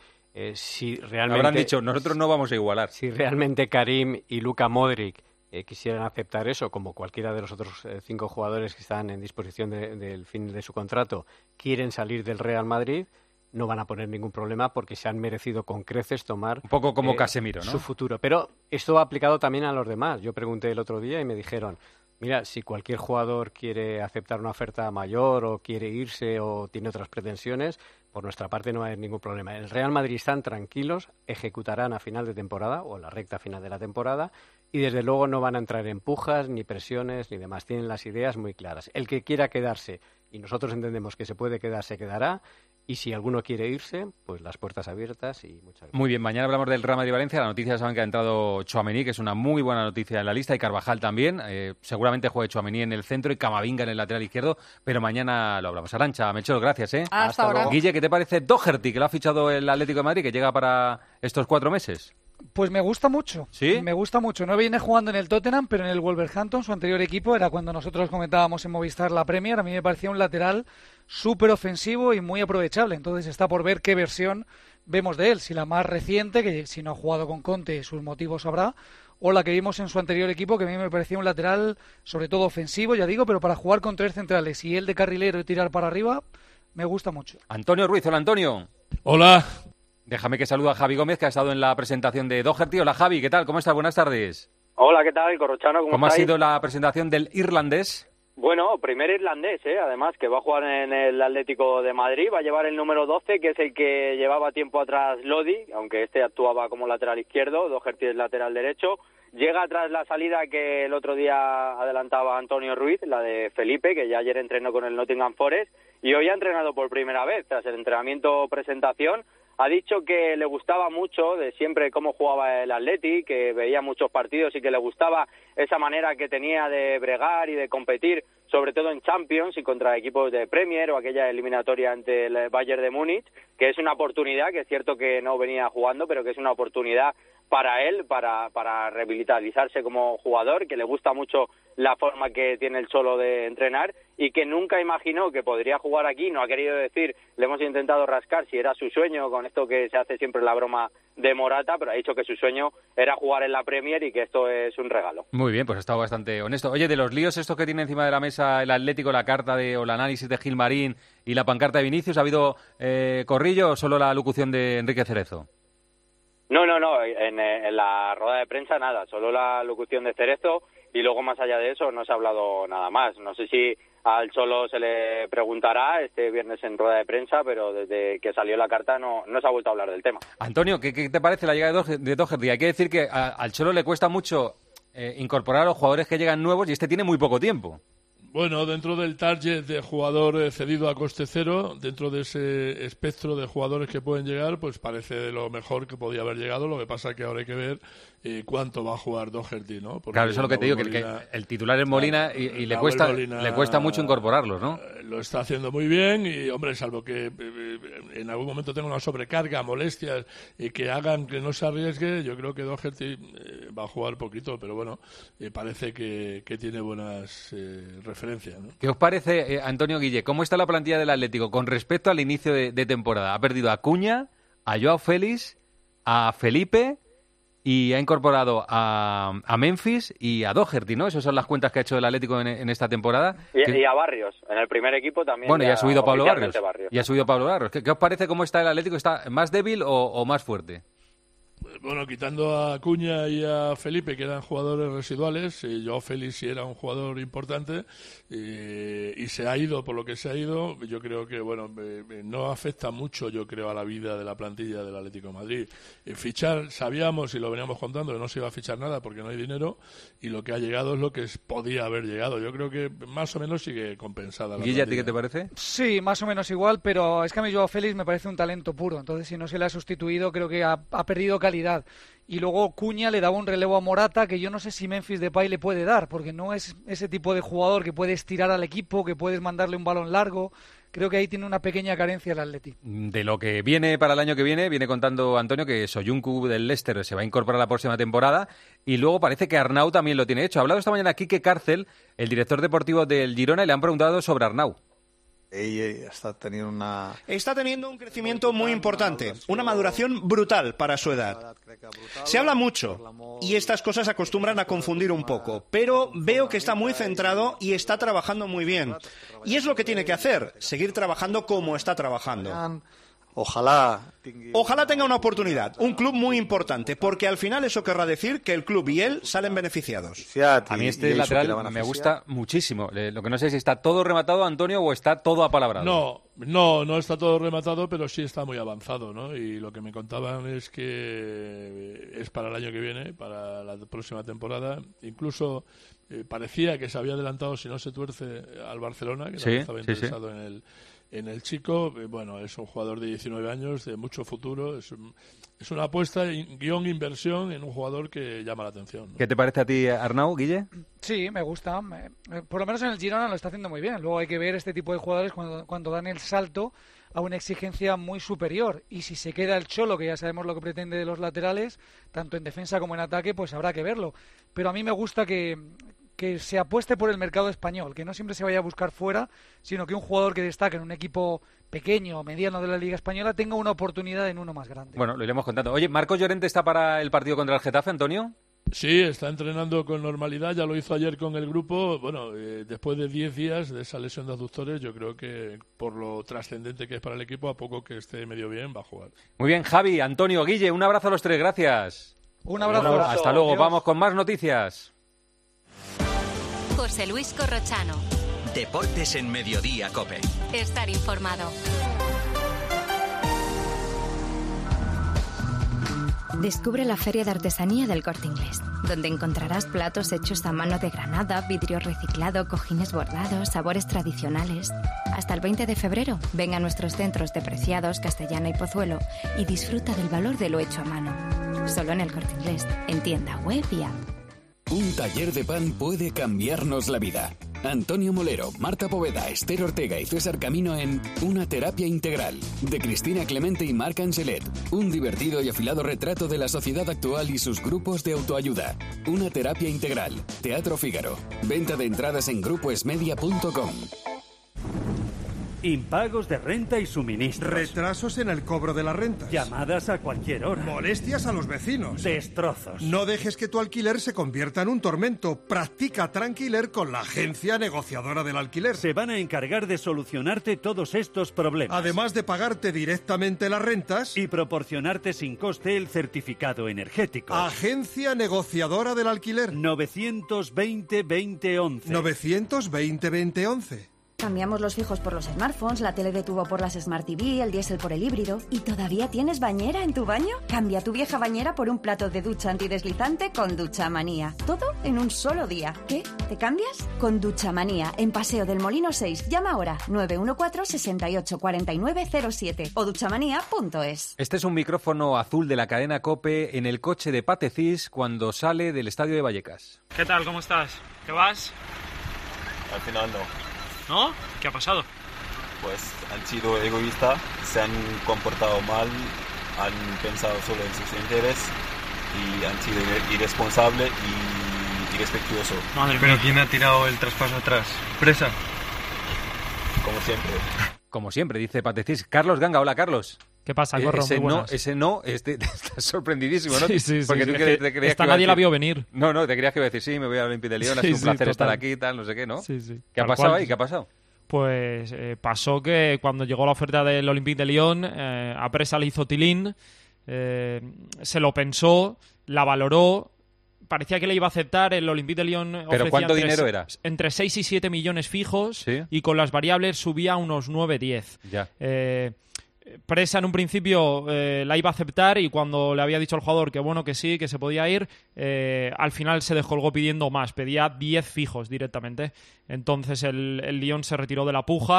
si realmente... Habrán dicho, nosotros no vamos a igualar. Si realmente Karim y Luka Modric quisieran aceptar eso, como cualquiera de los otros 5 jugadores que están en disposición del fin de su contrato, quieren salir del Real Madrid, no van a poner ningún problema porque se han merecido con creces tomar... Un poco como Casemiro, ¿no? Su futuro. Pero esto ha aplicado también a los demás. Yo pregunté el otro día y me dijeron... Mira, si cualquier jugador quiere aceptar una oferta mayor o quiere irse o tiene otras pretensiones, por nuestra parte no hay ningún problema. El Real Madrid están tranquilos, ejecutarán a final de temporada o la recta final de la temporada y desde luego no van a entrar en pujas, ni presiones, ni demás. Tienen las ideas muy claras. El que quiera quedarse, y nosotros entendemos que se puede quedar, se quedará. Y si alguno quiere irse, pues las puertas abiertas y muchas gracias. Muy bien, mañana hablamos del Real Madrid-Valencia. La noticia saben que ha entrado Tchouaméni, que es una muy buena noticia en la lista, y Carvajal también. Seguramente juegue Tchouaméni en el centro y Camavinga en el lateral izquierdo, pero mañana lo hablamos. Arantxa, Melchor, gracias. Hasta ahora. Guille, ¿qué te parece Doherty, que lo ha fichado el Atlético de Madrid, que llega para estos 4 meses? Pues me gusta mucho. ¿Sí? Me gusta mucho. No viene jugando en el Tottenham, pero en el Wolverhampton, su anterior equipo, era cuando nosotros comentábamos en Movistar la Premier. A mí me parecía un lateral súper ofensivo y muy aprovechable. Entonces está por ver qué versión vemos de él. Si la más reciente, que si no ha jugado con Conte, sus motivos habrá, o la que vimos en su anterior equipo, que a mí me parecía un lateral sobre todo ofensivo, ya digo, pero para jugar con 3 centrales y él de carrilero y tirar para arriba, me gusta mucho. Antonio Ruiz, hola Antonio. Hola. Déjame que salude a Javi Gómez, que ha estado en la presentación de Doherty. Hola Javi, ¿qué tal? ¿Cómo estás? Buenas tardes. Hola, ¿qué tal, Corrochano? ¿Cómo ha sido la presentación del irlandés? Bueno, primer irlandés, además, que va a jugar en el Atlético de Madrid, va a llevar el número 12, que es el que llevaba tiempo atrás Lodi, aunque este actuaba como lateral izquierdo, Doherty es lateral derecho. Llega tras la salida que el otro día adelantaba Antonio Ruiz, la de Felipe, que ya ayer entrenó con el Nottingham Forest, y hoy ha entrenado por primera vez, tras el entrenamiento presentación. Ha dicho que le gustaba mucho de siempre cómo jugaba el Atleti, que veía muchos partidos y que le gustaba esa manera que tenía de bregar y de competir, sobre todo en Champions y contra equipos de Premier o aquella eliminatoria ante el Bayern de Múnich, que es una oportunidad, que es cierto que no venía jugando, pero que es una oportunidad para él, para rehabilitarse como jugador, que le gusta mucho la forma que tiene el Cholo de entrenar y que nunca imaginó que podría jugar aquí. No ha querido decir, le hemos intentado rascar si era su sueño, con esto que se hace siempre la broma de Morata, pero ha dicho que su sueño era jugar en la Premier y que esto es un regalo. Muy bien, pues ha estado bastante honesto. Oye, de los líos estos que tiene encima de la mesa el Atlético, la carta o el análisis de Gilmarín y la pancarta de Vinicius, ¿ha habido corrillo o solo la locución de Enrique Cerezo? No, en la rueda de prensa nada, solo la locución de Cerezo y luego más allá de eso no se ha hablado nada más. No sé si al Cholo se le preguntará este viernes en rueda de prensa, pero desde que salió la carta no se ha vuelto a hablar del tema. Antonio, ¿qué te parece la llegada de Doherty? Hay que decir que al Cholo le cuesta mucho incorporar a los jugadores que llegan nuevos y este tiene muy poco tiempo. Bueno, dentro del target de jugador cedido a coste cero, dentro de ese espectro de jugadores que pueden llegar, pues parece de lo mejor que podía haber llegado. Lo que pasa es que ahora hay que ver cuánto va a jugar Doherty, ¿no? Porque claro, eso es lo que te digo, Molina, que el titular es Molina y le cuesta mucho incorporarlos, ¿no? Lo está haciendo muy bien y, hombre, salvo que en algún momento tenga una sobrecarga, molestias y que hagan que no se arriesgue, yo creo que Doherty va a jugar poquito, pero bueno, parece que tiene buenas referencias, ¿no? ¿Qué os parece, Antonio Guille, cómo está la plantilla del Atlético con respecto al inicio de temporada? Ha perdido a Acuña, a Joao Félix, a Felipe y ha incorporado a Memphis y a Doherty, ¿no? Esas son las cuentas que ha hecho el Atlético en esta temporada. Y a Barrios, en el primer equipo también. Bueno, y ha subido Pablo Barrios. Y ha subido Pablo Barrios. ¿Qué os parece cómo está el Atlético? ¿Está más débil o más fuerte? Bueno, quitando a Acuña y a Felipe, que eran jugadores residuales, Joao Félix sí era un jugador importante y se ha ido por lo que se ha ido. Yo creo que, bueno, no afecta mucho, yo creo, a la vida de la plantilla del Atlético de Madrid. Fichar, sabíamos y lo veníamos contando que no se iba a fichar nada porque no hay dinero y lo que ha llegado es lo que podía haber llegado. Yo creo que más o menos sigue compensada la Guille, ¿a ti qué te parece? Sí, más o menos igual, pero es que a mí Joao Félix me parece un talento puro. Entonces, si no se le ha sustituido, creo que ha perdido calidad calidad. Y luego Cuña le daba un relevo a Morata que yo no sé si Memphis Depay le puede dar, porque no es ese tipo de jugador que puede estirar al equipo, que puedes mandarle un balón largo. Creo que ahí tiene una pequeña carencia el Atleti. De lo que viene para el año que viene contando Antonio que Soyuncu del Leicester se va a incorporar la próxima temporada y luego parece que Arnau también lo tiene hecho. Ha hablado esta mañana Quique Cárcel, el director deportivo del Girona, y le han preguntado sobre Arnau. Está teniendo un crecimiento muy importante, una maduración brutal para su edad. Se habla mucho y estas cosas acostumbran a confundir un poco, pero veo que está muy centrado y está trabajando muy bien. Y es lo que tiene que hacer, seguir trabajando como está trabajando. Ojalá tenga una oportunidad, un club muy importante, porque al final eso querrá decir que el club y él salen beneficiados. A mí este lateral me gusta muchísimo. Lo que no sé es si está todo rematado, Antonio, o está todo apalabrado. No está todo rematado, pero sí está muy avanzado, ¿no? Y lo que me contaban es que es para el año que viene, para la próxima temporada. Incluso parecía que se había adelantado, si no se tuerce, al Barcelona, que también estaba interesado en el chico. Bueno, es un jugador de 19 años, de mucho futuro. Es una apuesta, inversión en un jugador que llama la atención, ¿no? ¿Qué te parece a ti, Arnau, Guille? Sí, me gusta. Por lo menos en el Girona lo está haciendo muy bien. Luego hay que ver este tipo de jugadores cuando dan el salto a una exigencia muy superior. Y si se queda el Cholo, que ya sabemos lo que pretende de los laterales, tanto en defensa como en ataque, pues habrá que verlo. Pero a mí me gusta que se apueste por el mercado español, que no siempre se vaya a buscar fuera, sino que un jugador que destaque en un equipo pequeño o mediano de la Liga Española tenga una oportunidad en uno más grande. Bueno, lo iremos contando. Oye, ¿Marcos Llorente está para el partido contra el Getafe, Antonio? Sí, está entrenando con normalidad, ya lo hizo ayer con el grupo. Bueno, después de 10 días de esa lesión de aductores, yo creo que por lo trascendente que es para el equipo, a poco que esté medio bien, va a jugar. Muy bien, Javi, Antonio, Guille, un abrazo a los tres, gracias. Un abrazo. Hasta luego, vamos con más noticias. José Luis Corrochano. Deportes en Mediodía, COPE. Estar informado. Descubre la Feria de Artesanía del Corte Inglés, donde encontrarás platos hechos a mano de Granada, vidrio reciclado, cojines bordados, sabores tradicionales. Hasta el 20 de febrero, ven a nuestros centros de Preciados, Castellana y Pozuelo y disfruta del valor de lo hecho a mano. Solo en el Corte Inglés, en tienda web y app. Un taller de pan puede cambiarnos la vida. Antonio Molero, Marta Poveda, Esther Ortega y César Camino en Una terapia integral, de Cristina Clemente y Marc Angelet. Un divertido y afilado retrato de la sociedad actual y sus grupos de autoayuda. Una terapia integral. Teatro Fígaro. Venta de entradas en grupoesmedia.com. Impagos de renta y suministros. Retrasos en el cobro de las rentas. Llamadas a cualquier hora. Molestias a los vecinos. Destrozos. No dejes que tu alquiler se convierta en un tormento. Practica Tranquiler con la agencia negociadora del alquiler. Se van a encargar de solucionarte todos estos problemas. Además de pagarte directamente las rentas y proporcionarte sin coste el certificado energético. Agencia negociadora del alquiler. 920-2011. 920-2011. Cambiamos los fijos por los smartphones, la tele de tubo por las Smart TV, el diésel por el híbrido. ¿Y todavía tienes bañera en tu baño? Cambia tu vieja bañera por un plato de ducha antideslizante con Duchamanía. Todo en un solo día. ¿Qué? ¿Te cambias? Con Duchamanía, en Paseo del Molino 6. Llama ahora 914-684907 o duchamanía.es. Este es un micrófono azul de la cadena COPE en el coche de Patecís cuando sale del estadio de Vallecas. ¿Qué tal? ¿Cómo estás? ¿Te vas? Al final no. ¿No? ¿Qué ha pasado? Pues han sido egoístas, se han comportado mal, han pensado solo en sus intereses y han sido irresponsables y irrespetuosos. Madre mía. ¿Pero quién ha tirado el traspaso atrás? ¿Presa? Como siempre. Como siempre, dice Patecís. Carlos Ganga, hola Carlos. ¿Qué pasa, Corro? Ese no, estás sorprendidísimo, ¿no? Sí, porque tú te creías esta nadie la vio venir. No, te creías que iba a decir, sí, me voy al Olympique de Lyon, ha sido un placer estar aquí, tal, no sé qué, ¿no? Sí, sí. ¿Qué ha pasado ahí? ¿Qué ha pasado? Pues pasó que cuando llegó la oferta del Olympique de Lyon, a Presa le hizo tilín, se lo pensó, la valoró, parecía que le iba a aceptar, el Olympique de Lyon ¿Pero cuánto dinero era? Entre 6 y 7 millones fijos, ¿sí? Y con las variables subía a unos 9-10. Ya. Presa en un principio la iba a aceptar y cuando le había dicho al jugador que bueno, que sí, que se podía ir, al final se descolgó pidiendo más, pedía 10 fijos directamente. Entonces el Lyon se retiró de la puja,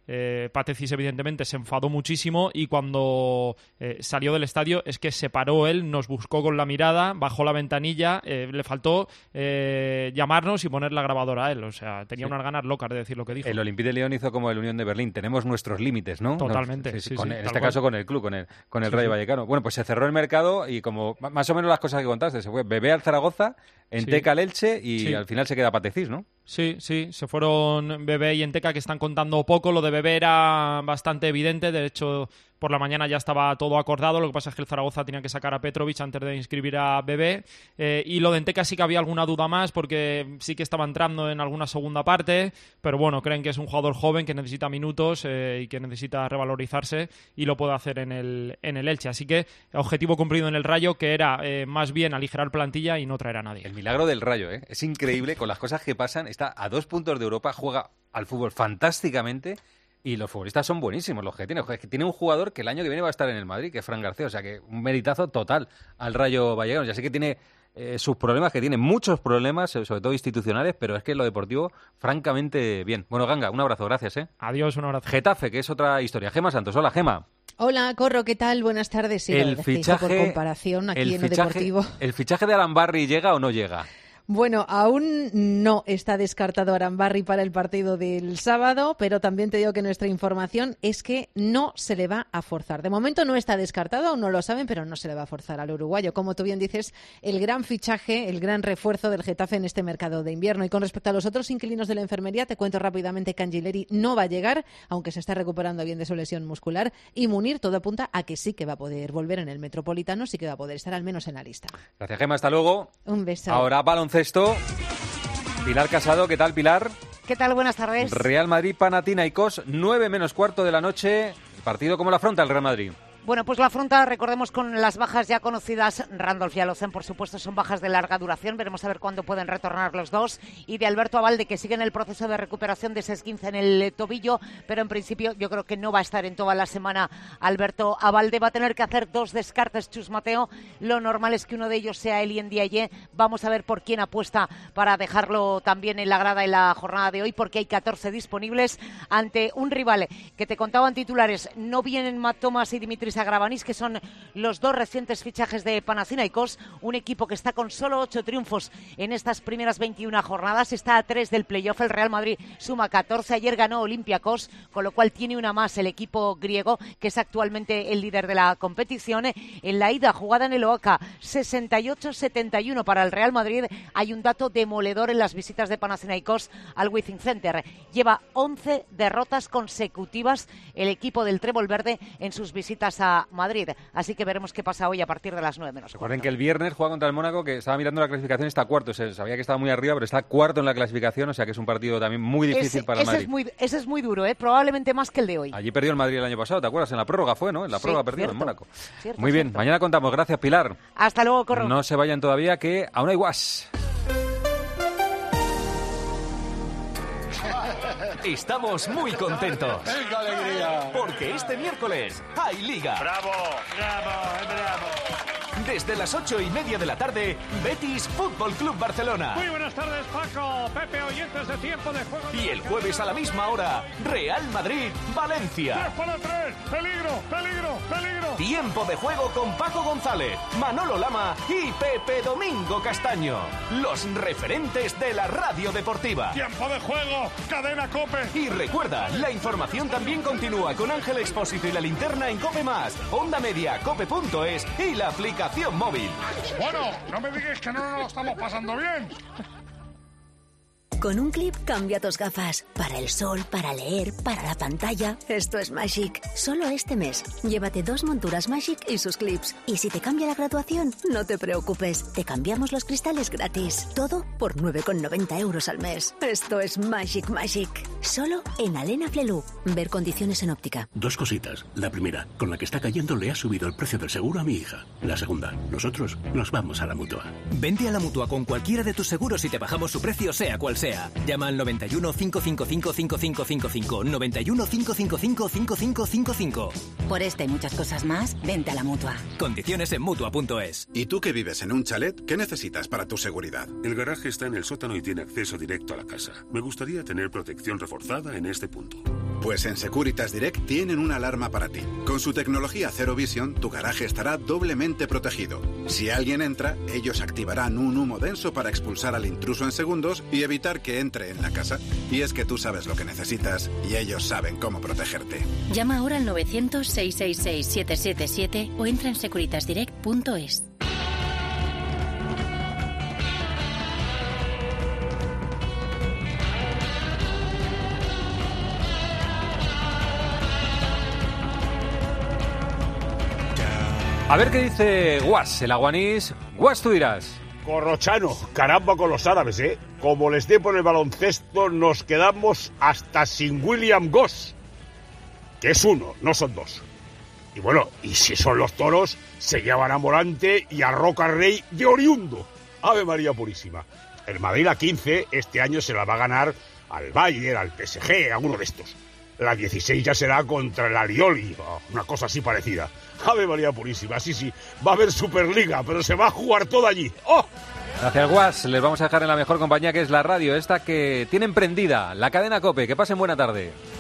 Patezis evidentemente se enfadó muchísimo y cuando salió del estadio es que se paró él, nos buscó con la mirada, bajó la ventanilla, le faltó llamarnos y poner la grabadora a él, o sea, tenía unas ganas locas de decir lo que dijo. El Olympique de Lyon hizo como el Unión de Berlín, tenemos nuestros límites, ¿no? Totalmente. En este caso con el club, con el Rayo Vallecano. Bueno, pues se cerró el mercado y como más o menos las cosas que contaste, se fue Bebé al Zaragoza, Enteca al Elche y al final se queda Patezis, ¿no? Sí, se fueron Bebé y Enteca, que están contando poco. Lo de Bebé era bastante evidente, de hecho por la mañana ya estaba todo acordado, lo que pasa es que el Zaragoza tenía que sacar a Petrovic antes de inscribir a Bebé, y lo de Enteca sí que había alguna duda más porque sí que estaba entrando en alguna segunda parte, pero bueno, creen que es un jugador joven que necesita minutos y que necesita revalorizarse y lo puede hacer en el Elche, así que objetivo cumplido en el Rayo, que era más bien aligerar plantilla y no traer a nadie. El milagro del Rayo, es increíble con las cosas que pasan, está a 2 puntos de Europa, juega al fútbol fantásticamente. Y los futbolistas son buenísimos los que tiene. Es que tiene un jugador que el año que viene va a estar en el Madrid, que es Fran García. O sea que un meritazo total al Rayo Vallecano. Ya sé que tiene sus problemas, que tiene muchos problemas, sobre todo institucionales, pero es que lo deportivo, francamente, bien. Bueno, Ganga, un abrazo, gracias. Adiós, un abrazo. Getafe, que es otra historia. Gema Santos, hola, Gema. Hola, Corro, ¿qué tal? Buenas tardes. Sí, el fichaje, por comparación aquí en lo deportivo. ¿El fichaje de Arambarri llega o no llega? Bueno, aún no está descartado Arambarri para el partido del sábado, pero también te digo que nuestra información es que no se le va a forzar. De momento no está descartado, aún no lo saben, pero no se le va a forzar al uruguayo. Como tú bien dices, el gran fichaje, el gran refuerzo del Getafe en este mercado de invierno. Y con respecto a los otros inquilinos de la enfermería, te cuento rápidamente que Angileri no va a llegar, aunque se está recuperando bien de su lesión muscular. Y Munir, todo apunta a que sí que va a poder volver en el Metropolitano, sí que va a poder estar al menos en la lista. Gracias, Gema, hasta luego. Un beso. Ahora baloncesto. Pilar Casado, ¿qué tal, Pilar? ¿Qué tal? Buenas tardes. Real Madrid, Panathinaikos, 9 menos cuarto de la noche. ¿El partido cómo lo afronta el Real Madrid? Bueno, pues la afronta, recordemos, con las bajas ya conocidas. Randolph y Alocen, por supuesto, son bajas de larga duración. Veremos a ver cuándo pueden retornar los dos. Y de Alberto Abalde, que sigue en el proceso de recuperación de ese esguince en el tobillo. Pero en principio yo creo que no va a estar en toda la semana Alberto Abalde. Va a tener que hacer 2 descartes, Chus Mateo. Lo normal es que uno de ellos sea Eli Ndiaye. Vamos a ver por quién apuesta para dejarlo también en la grada en la jornada de hoy, porque hay 14 disponibles ante un rival que te contaba en titulares. No vienen Matt Thomas y Dimitris Agravanis, que son los 2 recientes fichajes de Panathinaikos, un equipo que está con solo 8 triunfos en estas primeras 21 jornadas, está a 3 del playoff. El Real Madrid suma 14, ayer ganó Olympiacos, con lo cual tiene una más el equipo griego, que es actualmente el líder de la competición. En la ida jugada en el Oaca, 68-71 para el Real Madrid. Hay un dato demoledor en las visitas de Panathinaikos al Wizzing Center. Lleva 11 derrotas consecutivas el equipo del Trébol Verde en sus visitas a Madrid. Así que veremos qué pasa hoy a partir de las 9 menos. Recuerden que el viernes juega contra el Mónaco, que estaba mirando la clasificación, está cuarto. Sabía que estaba muy arriba, pero está cuarto en la clasificación, o sea que es un partido también muy difícil para el Madrid. Ese es muy duro, probablemente más que el de hoy. Allí perdió el Madrid el año pasado, ¿te acuerdas? En la prórroga fue, ¿no? En la prórroga perdió el Mónaco. Cierto, muy bien, mañana contamos. Gracias, Pilar. Hasta luego, Corro. No se vayan todavía, que aún hay guas. Estamos muy contentos. ¡Venga, alegría! Porque este miércoles hay Liga. ¡Bravo! Desde las 8:30 de la tarde, Betis Fútbol Club Barcelona. Muy buenas tardes, Paco, Pepe, oyentes de Tiempo de Juego. Y el jueves a la misma hora, Real Madrid, Valencia. 3-3, peligro. Tiempo de Juego con Paco González, Manolo Lama y Pepe Domingo Castaño. Los referentes de la radio deportiva. Tiempo de Juego, Cadena COPE. Y recuerda, la información también continúa con Ángel Expósito y la linterna en COPE+, Onda Media, cope.es y la aplicación móvil. Bueno, no me digas que no nos lo estamos pasando bien. Con un clip cambia tus gafas. Para el sol, para leer, para la pantalla. Esto es Magic. Solo este mes. Llévate 2 monturas Magic y sus clips. Y si te cambia la graduación, no te preocupes. Te cambiamos los cristales gratis. Todo por 9,90 € al mes. Esto es Magic. Solo en Alena Flelu. Ver condiciones en óptica. 2 cositas. La primera, con la que está cayendo le ha subido el precio del seguro a mi hija. La segunda, nosotros nos vamos a la Mutua. Vente a la Mutua con cualquiera de tus seguros y te bajamos su precio, sea cual sea. Llama al 91 555 5555. 91 555 5555. Por esta y muchas cosas más, vente a la Mutua. Condiciones en Mutua.es. ¿Y tú que vives en un chalet? ¿Qué necesitas para tu seguridad? El garaje está en el sótano y tiene acceso directo a la casa. Me gustaría tener protección reforzada en este punto. Pues en Securitas Direct tienen una alarma para ti. Con su tecnología Zero Vision, tu garaje estará doblemente protegido. Si alguien entra, ellos activarán un humo denso para expulsar al intruso en segundos y evitar que entre en la casa. Y es que tú sabes lo que necesitas y ellos saben cómo protegerte. Llama ahora al 900-666-777 o entra en securitasdirect.es. A ver qué dice Guas, el aguanís. Guas, tú dirás. Corrochano, caramba con los árabes, ¿eh? Como les dé por el baloncesto, nos quedamos hasta sin William Goss, que es uno, no son dos. Y bueno, y si son los toros, se llevan a Morante y a Roca Rey de oriundo. Ave María Purísima. El Madrid a 15 este año se la va a ganar al Bayern, al PSG, a uno de estos. La 16 ya será contra el Alioli, una cosa así parecida. Ave María Purísima, sí, va a haber Superliga, pero se va a jugar todo allí. ¡Oh! Gracias, Guas. Les vamos a dejar en la mejor compañía, que es la radio, esta que tienen prendida, la cadena COPE. Que pasen buena tarde.